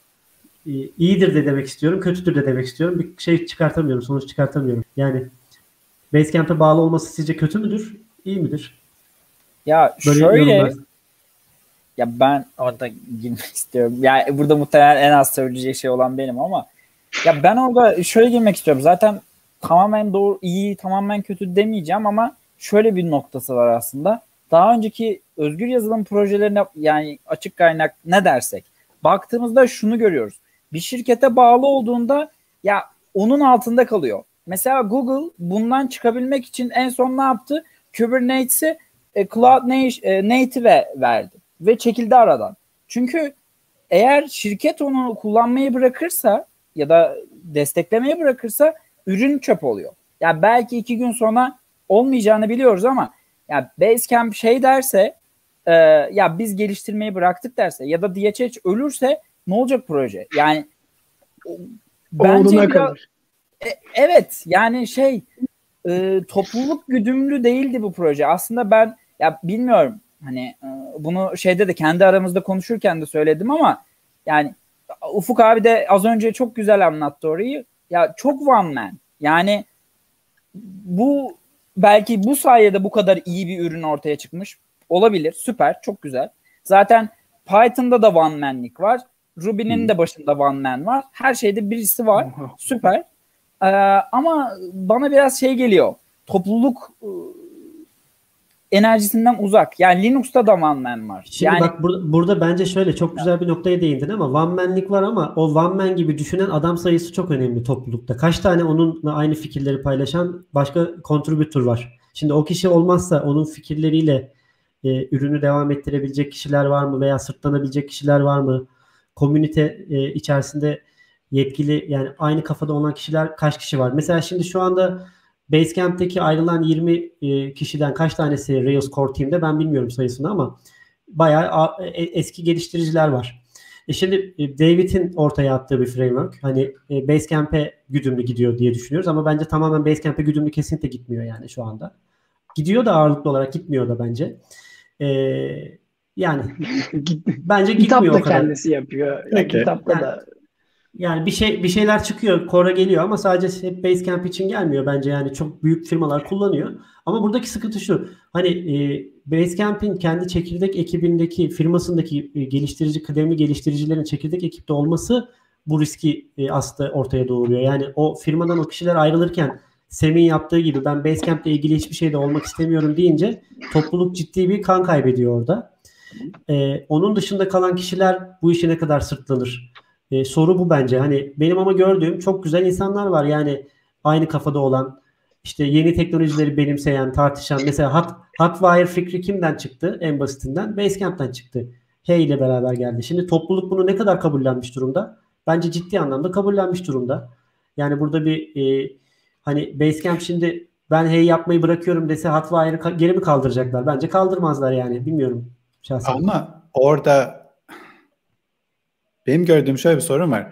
iyidir de demek istiyorum, kötüdür de demek istiyorum. Bir şey çıkartamıyorum, sonuç çıkartamıyorum. Yani Basecamp'e bağlı olması sizce kötü müdür, iyi midir? Ya böyle şöyle, ya ben orada girmek istiyorum. Yani burada muhtemelen en az söyleyecek şey olan benim ama ya ben orada şöyle girmek istiyorum. Zaten tamamen doğru, iyi, tamamen kötü demeyeceğim ama şöyle bir noktası var aslında. Daha önceki özgür yazılım projelerine yani açık kaynak ne dersek baktığımızda şunu görüyoruz. Bir şirkete bağlı olduğunda ya onun altında kalıyor. Mesela Google bundan çıkabilmek için en son ne yaptı? Kubernetes'i Cloud Native'e verdi ve çekildi aradan. Çünkü eğer şirket onu kullanmayı bırakırsa ya da desteklemeyi bırakırsa ürün çöp oluyor. Yani belki 2 gün sonra olmayacağını biliyoruz ama ya Basecamp derse ya biz geliştirmeyi bıraktık derse ya da DHH ölürse ne olacak proje? Yani bence biraz, Evet yani topluluk güdümlü değildi bu proje. Aslında ben ya bilmiyorum hani bunu şeyde de kendi aramızda konuşurken de söyledim ama yani Ufuk abi de az önce çok güzel anlattı orayı. Ya çok one man. Yani bu belki bu sayede bu kadar iyi bir ürün ortaya çıkmış. Olabilir. Süper. Çok güzel. Zaten Python'da da one man'lik var. Ruby'nin de başında one man var. Her şeyde birisi var. Süper. Ama bana biraz geliyor. Topluluk enerjisinden uzak. Yani Linux'ta da one man var. Şimdi yani, bak burada bence şöyle çok güzel bir noktaya değindin ama one man'lik var ama o one man gibi düşünen adam sayısı çok önemli toplulukta. Kaç tane onunla aynı fikirleri paylaşan başka contributor var. Şimdi o kişi olmazsa onun fikirleriyle ürünü devam ettirebilecek kişiler var mı veya sırtlanabilecek kişiler var mı? Komünite içerisinde yetkili yani aynı kafada olan kişiler kaç kişi var? Mesela şimdi şu anda Basecamp'teki ayrılan 20 kişiden kaç tanesi Rails Core Team'de ben bilmiyorum sayısını ama bayağı eski geliştiriciler var. Şimdi David'in ortaya attığı bir framework. Hani Basecamp'e güdümlü gidiyor diye düşünüyoruz ama bence tamamen Basecamp'e güdümlü kesinlikle gitmiyor yani şu anda. Gidiyor da ağırlıklı olarak gitmiyor da bence. Yani bence gitmiyor o kadar. Kendisi yapıyor. Yani kitapta da yani bir şeyler çıkıyor, Core'a geliyor ama sadece hep Basecamp için gelmiyor bence yani çok büyük firmalar kullanıyor. Ama buradaki sıkıntı şu. Hani Basecamp'in kendi çekirdek ekibindeki firmasındaki kıdemli geliştiricilerin çekirdek ekipte olması bu riski aslında ortaya doğuruyor. Yani o firmadan o kişiler ayrılırken Semih'in yaptığı gibi ben Basecamp'le ilgili hiçbir şeyde olmak istemiyorum deyince topluluk ciddi bir kan kaybediyor orada. Onun dışında kalan kişiler bu işe ne kadar sırtlanır? Soru bu bence. Hani benim ama gördüğüm çok güzel insanlar var. Yani aynı kafada olan, işte yeni teknolojileri benimseyen, tartışan. Mesela Hotwire fikri kimden çıktı? En basitinden Basecamp'ten çıktı. Hey ile beraber geldi. Şimdi topluluk bunu ne kadar kabullenmiş durumda? Bence ciddi anlamda kabullenmiş durumda. Yani burada hani Basecamp şimdi ben Hey yapmayı bırakıyorum dese Hotwire'ı geri mi kaldıracaklar? Bence kaldırmazlar yani. Bilmiyorum şahsen. Ama orada benim gördüğüm şöyle bir sorun var.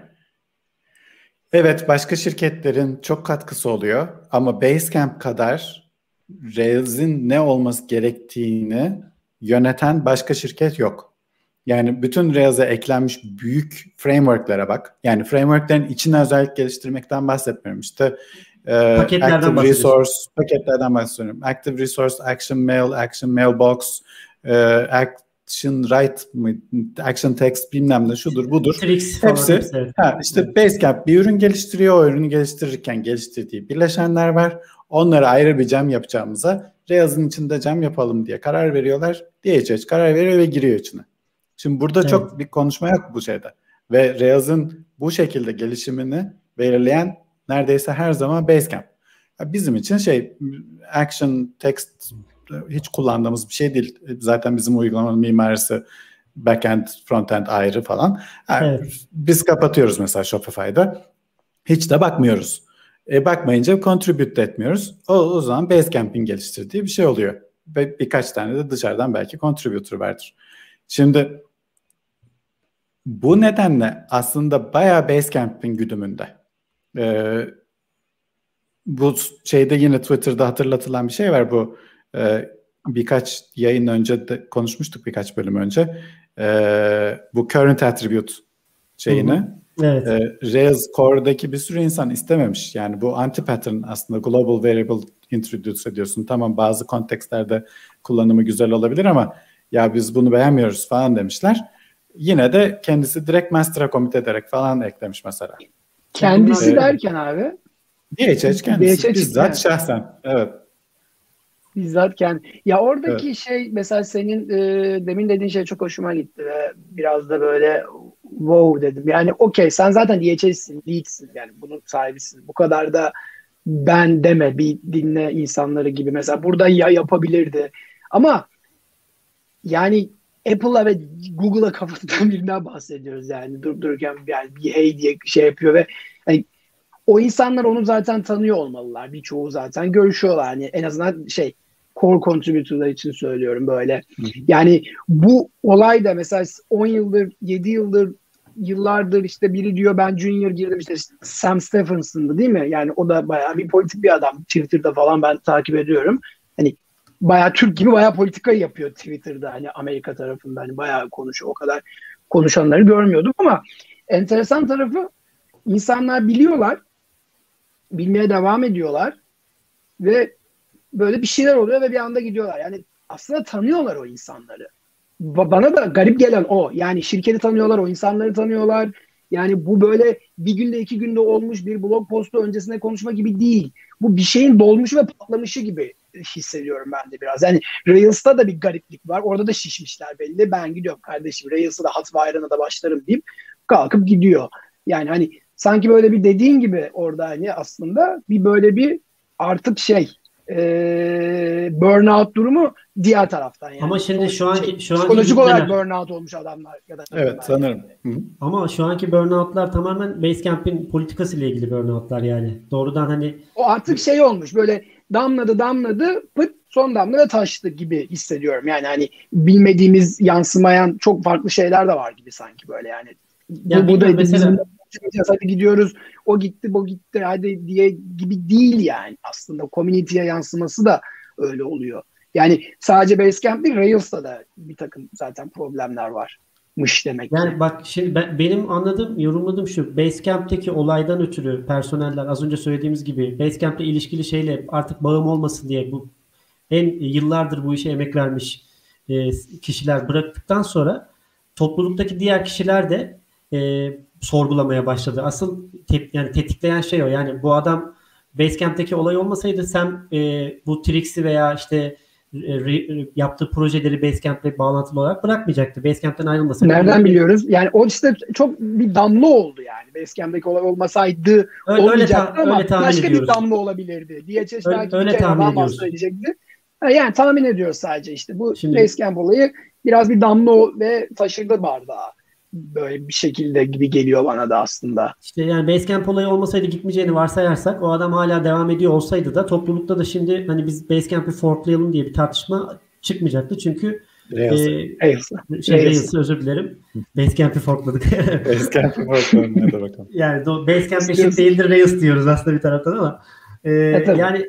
Evet, başka şirketlerin çok katkısı oluyor ama Basecamp kadar Rails'in ne olması gerektiğini yöneten başka şirket yok. Yani bütün Rails'e eklenmiş büyük framework'lere bak. Yani framework'lerin içine özellik geliştirmekten bahsetmiyorum. İşte Active Resource paketlerden bahsediyorum. Active Resource, Action Mail, Action Mailbox, Action Write, Action Text bilmem ne şudur budur. Hepsi işte Basecamp bir ürün geliştiriyor. O ürünü geliştirirken geliştirdiği bileşenler var. Onları ayrı bir cam yapacağımıza Rails'in içinde cam yapalım diye karar veriyorlar. DHH karar veriyor ve giriyor içine. Şimdi burada çok bir konuşma yok bu şeyde. Ve Rails'in bu şekilde gelişimini belirleyen neredeyse her zaman Basecamp. Bizim için Action Text hiç kullandığımız bir şey değil. Zaten bizim uygulamanın mimarisi backend, frontend ayrı falan. Biz kapatıyoruz mesela Shopify'da. Hiç de bakmıyoruz. Bakmayınca contribute de etmiyoruz. O zaman Basecamp'in geliştirdiği bir şey oluyor. Ve birkaç tane de dışarıdan belki contributor vardır. Şimdi bu nedenle aslında bayağı Basecamp'in güdümünde. Bu yine Twitter'da hatırlatılan bir şey var. Bu birkaç yayın önce de konuşmuştuk, birkaç bölüm önce. Bu current attribute şeyini. Evet. Rails Core'daki bir sürü insan istememiş. Yani bu anti-pattern aslında global variable introduce ediyorsun. Tamam, bazı kontekstlerde kullanımı güzel olabilir ama ya biz bunu beğenmiyoruz falan demişler. Yine de kendisi direkt master'a commit ederek falan eklemiş mesela. Kendisi derken abi? DHH kendisi. Bizzat şahsen. Evet. Bizzat kendi. Ya oradaki mesela senin demin dediğin şey çok hoşuma gitti ve biraz da böyle wow dedim. Yani okey, sen zaten DHH'sin, lead'sin, yani bunun sahibisin. Bu kadar da ben deme, bir dinle insanları gibi. Mesela burada ya yapabilirdi. Ama yani Apple'a ve Google'a kafa tutan birinden bahsediyoruz yani. Dururken yani bir hey diye yapıyor ve yani o insanlar onu zaten tanıyor olmalılar. Birçoğu zaten görüşüyorlar. Yani en azından core contributor'lar için söylüyorum böyle. Yani bu olay da mesela 10 yıldır, 7 yıldır yıllardır işte biri diyor ben Junior girdim, işte Sam Stephenson'dı değil mi? Yani o da bayağı bir politik bir adam. Twitter'da falan ben takip ediyorum. Hani bayağı Türk gibi bayağı politika yapıyor Twitter'da, hani Amerika tarafında hani bayağı konuşuyor. O kadar konuşanları görmüyordum ama enteresan tarafı, insanlar biliyorlar, bilmeye devam ediyorlar ve böyle bir şeyler oluyor ve bir anda gidiyorlar. Yani aslında tanıyorlar o insanları. Bana da garip gelen o. Yani şirketi tanıyorlar, o insanları tanıyorlar. Yani bu böyle bir günde 2 günde olmuş bir blog postu öncesinde konuşma gibi değil. Bu bir şeyin dolmuş ve patlamışı gibi hissediyorum ben de biraz. Yani Rails'ta da bir gariplik var. Orada da şişmişler belli. Ben gidiyorum kardeşim, Rails'a da Hotwire'ına da başlarım deyip kalkıp gidiyor. Yani hani sanki böyle bir dediğin gibi orada hani aslında bir böyle bir artık burnout durumu diğer taraftan yani. Ama şimdi şu anki psikolojik olarak burnout olmuş adamlar ya da evet sanırım. Yani. Ama şu anki burnoutlar tamamen Basecamp'in politikasıyla ilgili burnoutlar yani. Doğrudan hani o artık olmuş, böyle damladı pıt, son damla ve taştı gibi hissediyorum. Yani hani bilmediğimiz, yansımayan çok farklı şeyler de var gibi sanki böyle yani. Ya bu da mesela hadi gidiyoruz, o gitti bu gitti hadi diye gibi değil yani. Aslında community'ye yansıması da öyle oluyor. Yani sadece Basecamp değil, Rails'ta da bir takım zaten problemler varmış demek yani ki. bak şimdi benim anladığım, yorumladığım şu: Basecamp'teki olaydan ötürü personeller az önce söylediğimiz gibi Basecamp'le ilişkili şeyle artık bağım olmasın diye bu yıllardır bu işe emek vermiş kişiler bıraktıktan sonra topluluktaki diğer kişiler de sorgulamaya başladı. Asıl yani tetikleyen şey o. Yani bu adam Basecamp'teki olay olmasaydı sen bu Trix'i veya işte yaptığı projeleri Basecamp'le bağlantılı olarak bırakmayacaktı. Basecamp'ten ayrılmasaydı. Nereden biliyoruz? Yani o işte çok bir damla oldu yani. Basecamp'teki olay olmasaydı olmayacaktı ama başka ediyoruz. Bir damla olabilirdi. DHH belki bir kere daha bahsedecekti. Yani tahmin ediyoruz sadece işte. Bu Basecamp olayı biraz bir damla ve taşırdı bardağı. Böyle bir şekilde gibi geliyor bana da aslında. İşte yani Basecamp olayı olmasaydı, gitmeyeceğini varsayarsak, o adam hala devam ediyor olsaydı da toplulukta da şimdi hani biz Basecamp'i forklayalım diye bir tartışma çıkmayacaktı. Çünkü Rails'ı özür dilerim. Basecamp'i forkladık. Basecamp'i forkladım. Hadi bakalım. Yani Basecamp eşit değildir Rails diyoruz aslında bir taraftan ama yani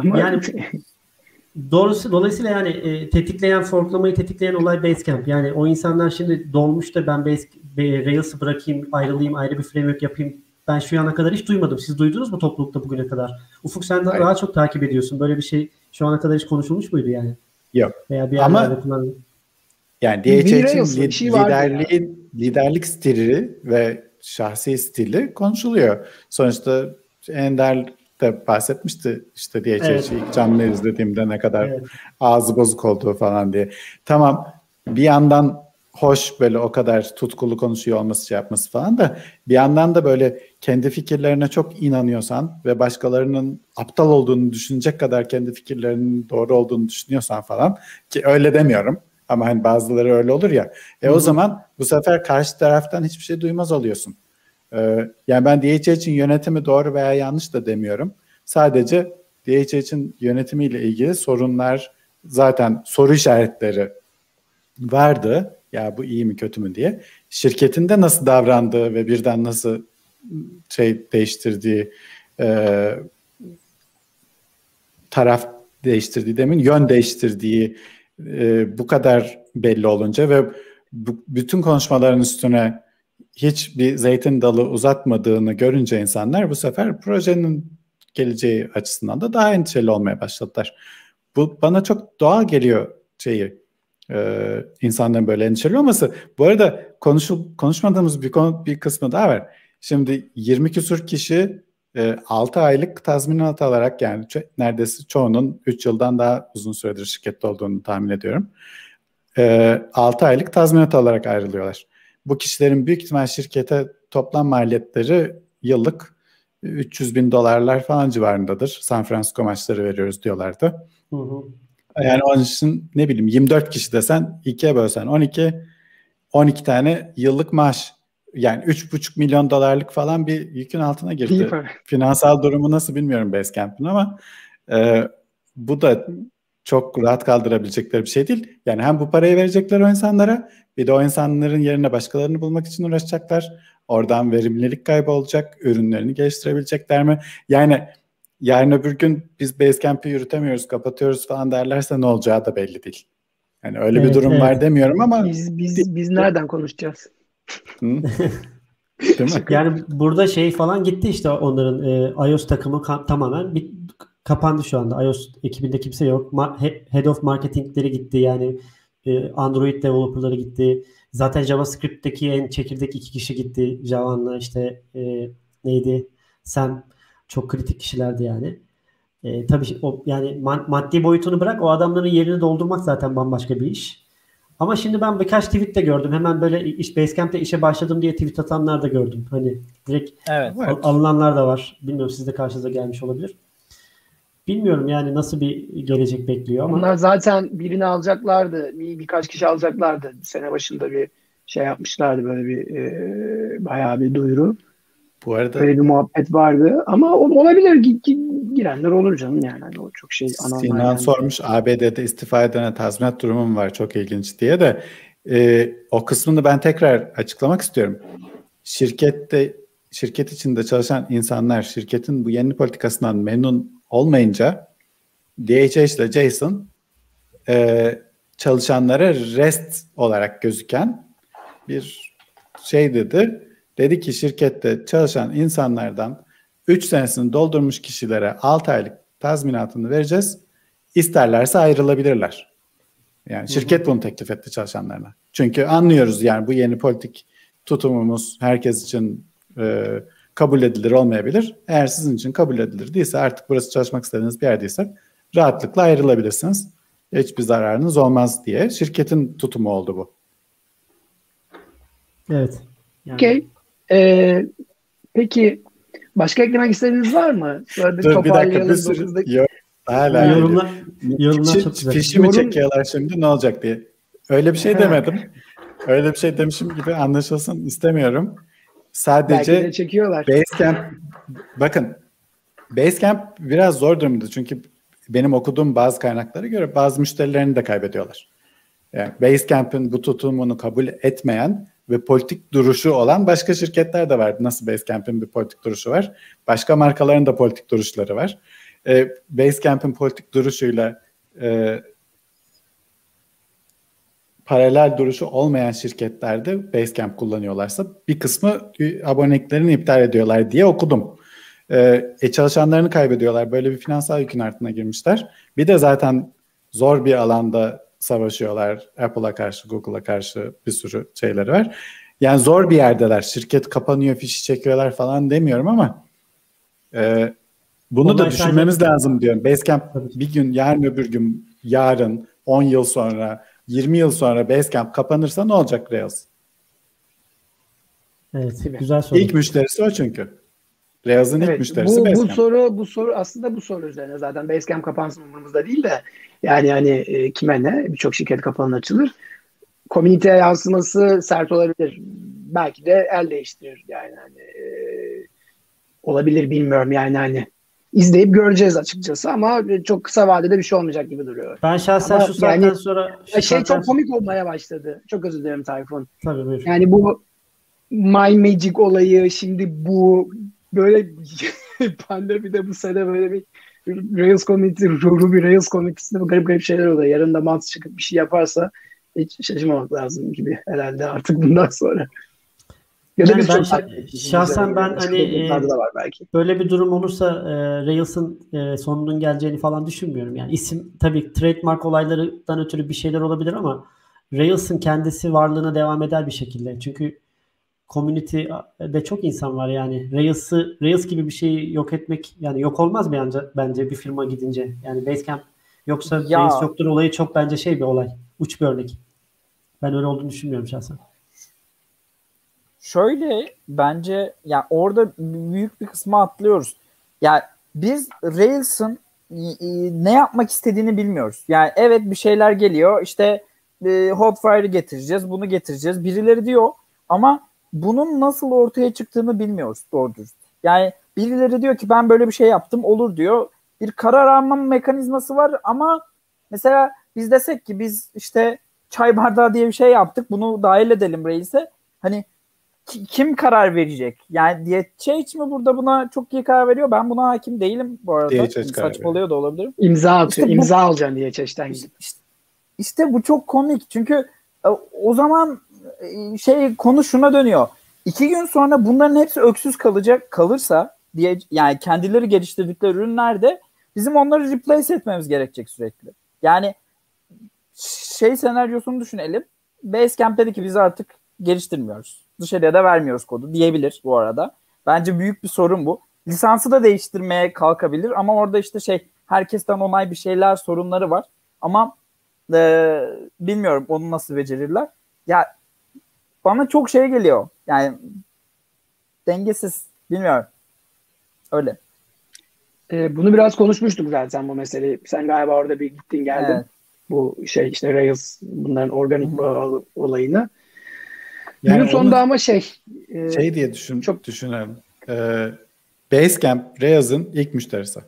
dolayısıyla yani forklamayı tetikleyen olay Basecamp. Yani o insanlar şimdi dolmuş da ben Rails'ı bırakayım, ayrılayım, ayrı bir framework yapayım. Ben şu ana kadar hiç duymadım. Siz duydunuz mu toplulukta bugüne kadar? Ufuk, sen daha çok takip ediyorsun. Böyle bir şey şu ana kadar hiç konuşulmuş muydu yani? Yok. Veya bir ama yani DHH'in liderlik stili ve şahsi stili konuşuluyor. Sonuçta Ender de bahsetmişti işte DHH'i ilk canlı izlediğimde ne kadar ağzı bozuk olduğu falan diye. Tamam, bir yandan hoş böyle o kadar tutkulu konuşuyor olması, şey yapması falan da bir yandan da böyle kendi fikirlerine çok inanıyorsan ve başkalarının aptal olduğunu düşünecek kadar kendi fikirlerinin doğru olduğunu düşünüyorsan falan, ki öyle demiyorum ama hani bazıları öyle olur ya, o zaman bu sefer karşı taraftan hiçbir şey duymaz oluyorsun. Yani ben DHH'in yönetimi doğru veya yanlış da demiyorum. Sadece DHH'in yönetimiyle ilgili sorunlar, zaten soru işaretleri vardı. Ya bu iyi mi kötü mü diye. Şirketinde nasıl davrandığı ve birden nasıl değiştirdiği, taraf değiştirdiği, yön değiştirdiği bu kadar belli olunca ve bütün konuşmaların üstüne hiçbir zeytin dalı uzatmadığını görünce insanlar bu sefer projenin geleceği açısından da daha endişeli olmaya başladılar. Bu bana çok doğal geliyor insanların böyle endişeli olması. Bu arada konuşmadığımız bir kısmı daha var. Şimdi 20 küsur kişi 6 aylık tazminat alarak, yani neredeyse çoğunun 3 yıldan daha uzun süredir şirkette olduğunu tahmin ediyorum. 6 aylık tazminat alarak ayrılıyorlar. Bu kişilerin büyük ihtimal şirkete toplam maliyetleri yıllık $300,000 falan civarındadır. San Francisco maçları veriyoruz diyorlardı. Yani onun için ne bileyim 24 kişi desen 2'ye bölsen 12 tane yıllık maaş. Yani $3,5 milyon falan bir yükün altına girdi. Finansal durumu nasıl bilmiyorum Basecamp'ın ama bu da çok rahat kaldırabilecekleri bir şey değil. Yani hem bu parayı verecekler o insanlara, bir de o insanların yerine başkalarını bulmak için uğraşacaklar. Oradan verimlilik kaybı olacak, ürünlerini geliştirebilecekler mi? Yani yarın öbür gün biz Basecamp'i yürütemiyoruz, kapatıyoruz falan derlerse ne olacağı da belli değil. Yani öyle bir durum var demiyorum ama biz nereden konuşacağız? Değil mi? Yani burada şey falan gitti işte onların iOS takımı tamamen kapandı şu anda. iOS ekibinde kimse yok. Head of marketingleri gitti yani Android developerları gitti. Zaten JavaScript'teki en çekirdek 2 kişi gitti. Java'nla işte neydi? Sam çok kritik kişilerdi yani. Tabii yani maddi boyutunu bırak, o adamların yerini doldurmak zaten bambaşka bir iş. Ama şimdi ben birkaç tweet de gördüm. Hemen böyle Basecamp'te işe başladım diye tweet atanlar da gördüm. Hani direkt alınanlar da var. Bilmiyorum, siz de karşınıza gelmiş olabilir. Bilmiyorum yani nasıl bir gelecek bekliyor ama. Onlar zaten birini alacaklardı. Birkaç kişi alacaklardı. Sene başında bir şey yapmışlardı, böyle bir bayağı bir duyuru. Bu arada böyle bir muhabbet vardı ama olabilir, girenler olur canım yani. Hani o çok şey Sinan yani. sormuş, ABD'de istifa edene tazminat durumum var, çok ilginç diye de o kısmını ben tekrar açıklamak istiyorum. Şirket içinde çalışan insanlar şirketin bu yeni politikasından memnun olmayınca DHH ile Jason çalışanlara rest olarak gözüken bir şey dedi. Dedi ki şirkette çalışan insanlardan 3 senesini doldurmuş kişilere 6 aylık tazminatını vereceğiz. İsterlerse ayrılabilirler. Yani şirket bunu teklif etti çalışanlarına. Çünkü anlıyoruz yani bu yeni politik tutumumuz herkes için kabul edilir olmayabilir. Eğer sizin için kabul edilir değilse, artık burası çalışmak istediğiniz bir yer değilse rahatlıkla ayrılabilirsiniz. Hiçbir zararınız olmaz diye şirketin tutumu oldu bu. Evet. Yani. Okey. Peki başka eklemek istediğiniz var mı? Böyle Dur bir dakika, bir sürü yok. Hala yorumlar çok güzel. Fişimi çekiyorlar şimdi, ne olacak diye. Öyle bir şey demedim. Öyle bir şey demişim gibi anlaşılsın istemiyorum. Sadece Basecamp, bakın Basecamp biraz zor durumda çünkü benim okuduğum bazı kaynaklara göre bazı müşterilerini de kaybediyorlar. Yani Basecamp'in bu tutumunu kabul etmeyen ve politik duruşu olan başka şirketler de var. Nasıl Basecamp'in bir politik duruşu var, başka markaların da politik duruşları var. Basecamp'in politik duruşuyla paralel duruşu olmayan şirketlerde Basecamp kullanıyorlarsa bir kısmı aboneliklerini iptal ediyorlar diye okudum. Çalışanlarını kaybediyorlar. Böyle bir finansal yükün altına girmişler. Bir de zaten zor bir alanda savaşıyorlar. Apple'a karşı, Google'a karşı bir sürü şeyleri var. Yani zor bir yerdeler. Şirket kapanıyor, fişi çekiyorlar falan demiyorum ama bunu da düşünmemiz lazım diyorum. Basecamp bir gün, yarın öbür gün, yarın, 10 yıl sonra, 20 yıl sonra Basecamp kapanırsa ne olacak Rails? Evet, güzel soru. İlk müşterisi o çünkü. Rails'ın ilk müşterisi Basecamp. Bu soru aslında bu soru üzerine zaten. Basecamp kapansın umurumuzda değil de yani hani kime ne? Birçok şirket kapanır açılır. Komüniteye yansıması sert olabilir. Belki de el değiştirir yani hani olabilir, bilmiyorum yani hani izleyip göreceğiz açıkçası ama çok kısa vadede bir şey olmayacak gibi duruyor. Ben şahsen şu saatten sonra çok komik olmaya başladı. Çok özür dilerim Tayfun. Tabii buyur. Yani bu My Magic olayı, şimdi bu böyle pandemide bu sene böyle bir Rails community, Ruby Rails community'sinde garip garip şeyler oluyor. Yarın da Mats çıkıp bir şey yaparsa hiç şaşırmamak lazım gibi herhalde artık bundan sonra. Ya da yani biz ben çok şahsen ben hani var belki. Böyle bir durum olursa Rails'ın sonunun geleceğini falan düşünmüyorum. Yani isim, tabii trademark olaylarından ötürü bir şeyler olabilir ama Rails'ın kendisi varlığına devam eder bir şekilde. Çünkü community'de çok insan var yani. Rails gibi bir şeyi yok etmek, yani yok olmaz mı bence bir firma gidince? Yani Basecamp yoksa Rails yoktur olayı çok bence bir olay. Uç bir örnek. Ben öyle olduğunu düşünmüyorum şahsen. Şöyle bence ya orada büyük bir kısmı atlıyoruz. Ya biz Rails'ın ne yapmak istediğini bilmiyoruz. Yani evet bir şeyler geliyor. İşte Hotfire'ı getireceğiz, bunu getireceğiz. Birileri diyor ama bunun nasıl ortaya çıktığını bilmiyoruz doğru dürüst. Yani birileri diyor ki ben böyle bir şey yaptım, olur diyor. Bir karar alma mekanizması var ama mesela biz desek ki biz işte çay bardağı diye bir şey yaptık, bunu dahil edelim Rails'e. Hani kim karar verecek? Yani DHH mi burada buna çok iyi karar veriyor? Ben buna hakim değilim bu arada. DHH Saçmalıyor da olabilirim. İmza atıyor. İşte İmza alacaksın DHH'den gidip. İşte bu çok komik. Çünkü o zaman konu şuna dönüyor. 2 gün sonra bunların hepsi öksüz kalırsa diye, yani kendileri geliştirdikleri ürünlerde bizim onları replace etmemiz gerekecek sürekli. Yani senaryosunu düşünelim. Basecamp dedi ki biz artık geliştirmiyoruz. Dışarıya da vermiyoruz kodu diyebilir bu arada. Bence büyük bir sorun bu. Lisansı da değiştirmeye kalkabilir ama orada işte herkesten onay bir şeyler sorunları var. Ama bilmiyorum onu nasıl becerirler. Ya bana çok geliyor. Yani dengesiz. Bilmiyorum. Öyle. Bunu biraz konuşmuştuk zaten bu meseleyi. Sen galiba orada bir gittin geldin. Evet. Bu işte Rails bunların organik olayını. Yani günün sonunda ama diye düşünelim. Basecamp Rails'ın ilk müşterisi.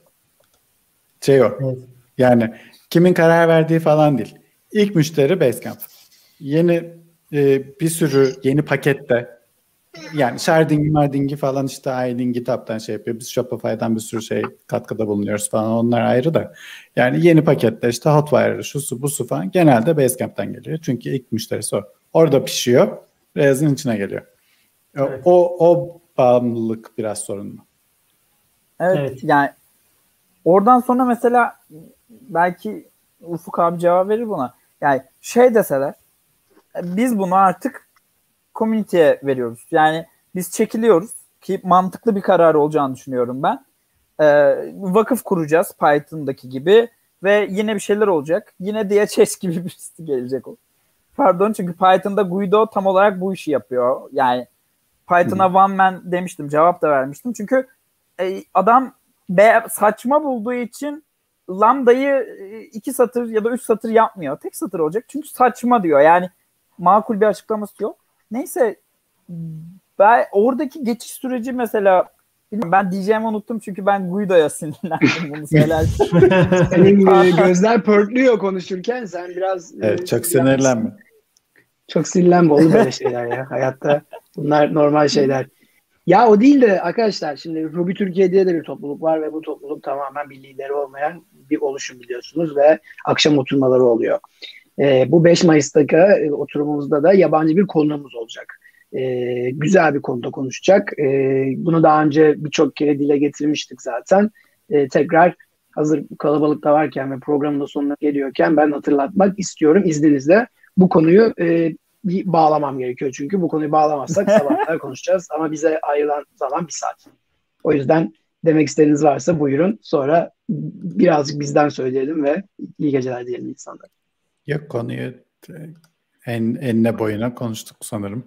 O. Evet. Yani kimin karar verdiği falan değil. İlk müşteri Basecamp. Yeni bir sürü yeni pakette, yani sharding'i falan işte Aylin GitHub'dan yapıyor. Biz Shopify'dan bir sürü katkıda bulunuyoruz falan. Onlar ayrı da. Yani yeni pakette işte Hotwire, şusu busu falan genelde Basecamp'ten geliyor. Çünkü ilk müşterisi o. Orada pişiyor. Rails'in içine geliyor. Evet. O bağımlılık biraz sorunlu. Evet. Yani oradan sonra mesela belki Ufuk abi cevap verir buna. Yani deseler biz bunu artık community'ye veriyoruz. Yani biz çekiliyoruz ki mantıklı bir karar olacağını düşünüyorum ben. Vakıf kuracağız Python'daki gibi ve yine bir şeyler olacak. Yine DHH gibi birisi gelecek o. Pardon, çünkü Python'da Guido tam olarak bu işi yapıyor. Yani Python'a one man demiştim, cevap da vermiştim. Çünkü adam saçma bulduğu için lambdayı 2 satır ya da 3 satır yapmıyor. Tek satır olacak çünkü saçma diyor. Yani makul bir açıklaması yok. Neyse, ben oradaki geçiş süreci mesela bilmiyorum, ben diyeceğimi unuttum çünkü ben Guido'ya sinirlendim bunu söylerken. Senin gözler pörtlüyor konuşurken, sen biraz çok sinirlenme. Çok sinirlenme, olur böyle şeyler ya. Hayatta bunlar normal şeyler. Ya o değil de arkadaşlar, şimdi Ruby Türkiye de bir topluluk var ve bu topluluk tamamen bir lideri olmayan bir oluşum biliyorsunuz ve akşam oturmaları oluyor. Bu 5 Mayıs'taki oturumumuzda da yabancı bir konuğumuz olacak. Güzel bir konuda konuşacak. Bunu daha önce birçok kere dile getirmiştik zaten. Tekrar hazır kalabalıkta varken ve programın da sonuna geliyorken ben hatırlatmak istiyorum izninizle. Bu konuyu bir bağlamam gerekiyor çünkü bu konuyu bağlamazsak sabahlar konuşacağız ama bize ayrılan zaman 1 saat. O yüzden demek istediğiniz varsa buyurun, sonra birazcık bizden söyleyelim ve iyi geceler diyelim insanlara. Yok, konuyu enine boyuna konuştuk sanırım.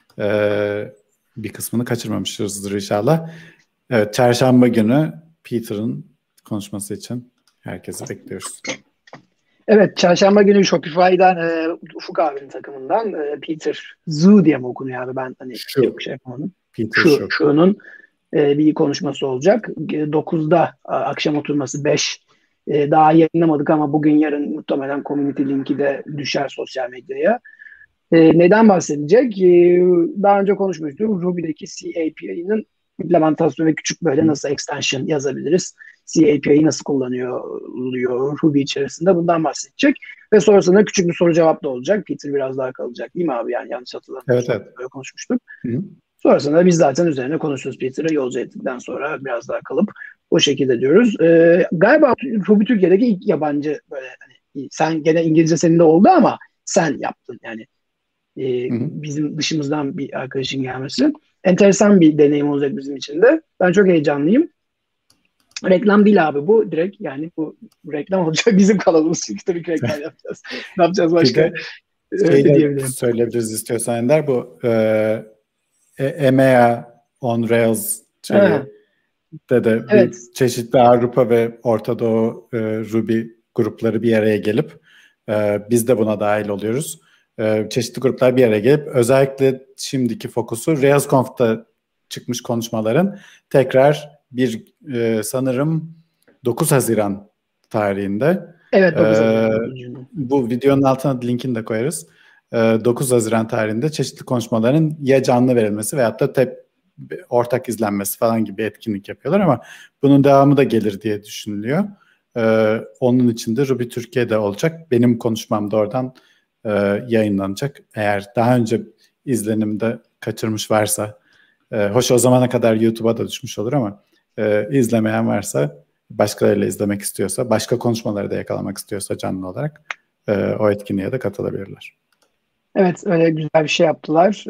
Bir kısmını kaçırmamışızdır inşallah. Evet, çarşamba günü Peter'ın konuşması için herkesi bekliyoruz. Evet, çarşamba günü Shopify'dan Ufuk abinin takımından Peter Zhu diye mi okunuyor abi, ben çok yapamadım. Şu'nun bir konuşması olacak. 9'da akşam oturması 5. Daha yayınlamadık ama bugün yarın muhtemelen community linki de düşer sosyal medyaya. Neden bahsedecek? Daha önce konuşmuştuk. Ruby'deki CAPI'nin implementasyonu ve küçük böyle nasıl extension yazabiliriz? CAPI'yi nasıl kullanıyor Ruby içerisinde, bundan bahsedecek. Ve sonrasında küçük bir soru cevap da olacak. Peter biraz daha kalacak değil mi abi? Yani yanlış hatırlamıyorsam böyle konuşmuştuk. Hı-hı. Sonrasında biz zaten üzerine konuşuyoruz. Peter'ı yolcu ettikten sonra biraz daha kalıp o şekilde diyoruz. Galiba Ruby Türkiye'deki ilk yabancı böyle sen gene İngilizce senin de oldu ama sen yaptın yani. Bizim dışımızdan bir arkadaşın gelmesi. Enteresan bir deneyim olacak bizim için de. Ben çok heyecanlıyım. Reklam değil abi bu. Direkt yani bu reklam olacak bizim kanalımız. Çünkü tabii ki reklam yapacağız. Ne yapacağız başka? Söyleyebiliriz istiyorsan Ender. Bu EMEA on Rails de çeşitli Avrupa ve Orta Doğu Ruby grupları bir araya gelip biz de buna dahil oluyoruz. Çeşitli gruplar bir araya gelip özellikle şimdiki fokusu RailsConf'ta çıkmış konuşmaların tekrar sanırım 9 Haziran tarihinde Evet, 9 Haziran. Bu videonun altına linkini de koyarız. 9 Haziran tarihinde çeşitli konuşmaların ya canlı verilmesi veyahut da ortak izlenmesi falan gibi etkinlik yapıyorlar ama bunun devamı da gelir diye düşünülüyor. Onun için de Ruby Türkiye'de olacak. Benim konuşmam da oradan yayınlanacak. Eğer daha önce izlenimde kaçırmış varsa, hoş o zamana kadar YouTube'a da düşmüş olur ama izlemeyen varsa, başkalarıyla izlemek istiyorsa, başka konuşmaları da yakalamak istiyorsa canlı olarak o etkinliğe de katılabilirler. Evet, öyle güzel bir şey yaptılar.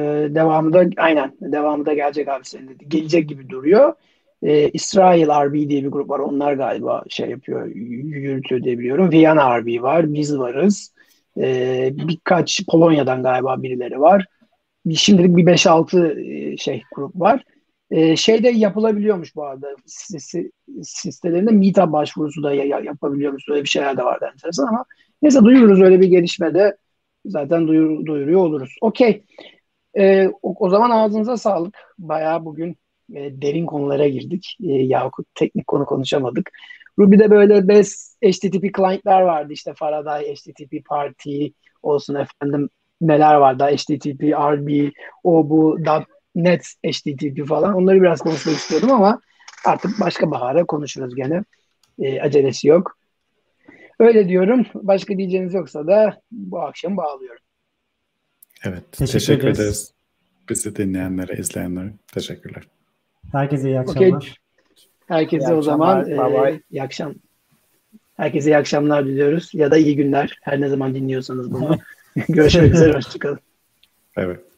Devamı da gelecek abi, senin dedi. Gelecek gibi duruyor. İsrail RB diye bir grup var. Onlar galiba şey yapıyor, yürütüyor diye biliyorum. Viyana RB var. Biz varız. Birkaç Polonya'dan galiba birileri var. Şimdilik bir 5-6 grup var. Şey de yapılabiliyormuş bu arada. Sitelerinde Meetup başvurusu da yapabiliyormuş. Öyle bir şeyler de vardı enteresan ama neyse, duyururuz öyle bir gelişmede. Zaten duyuruyor oluruz. Okey. O zaman ağzınıza sağlık. Bayağı bugün derin konulara girdik. Yahut teknik konu konuşamadık. Ruby'de böyle best HTTP client'lar vardı. İşte Faraday, HTTP Party olsun efendim. Neler vardı? HTTP, RB, bu .NET HTTP falan. Onları biraz konuşmak istiyordum ama artık başka bahara konuşuruz gene. Acelesi yok. Öyle diyorum. Başka diyeceğiniz yoksa da bu akşam bağlıyorum. Evet. Teşekkür ederiz. Bizi dinleyenlere, izleyenlere teşekkürler. Herkese iyi akşamlar. Okay. Herkese o zaman iyi akşam. Herkese iyi akşamlar diliyoruz. Ya da iyi günler. Her ne zaman dinliyorsanız bunu. Görüşmek üzere. Hoşçakalın. Evet.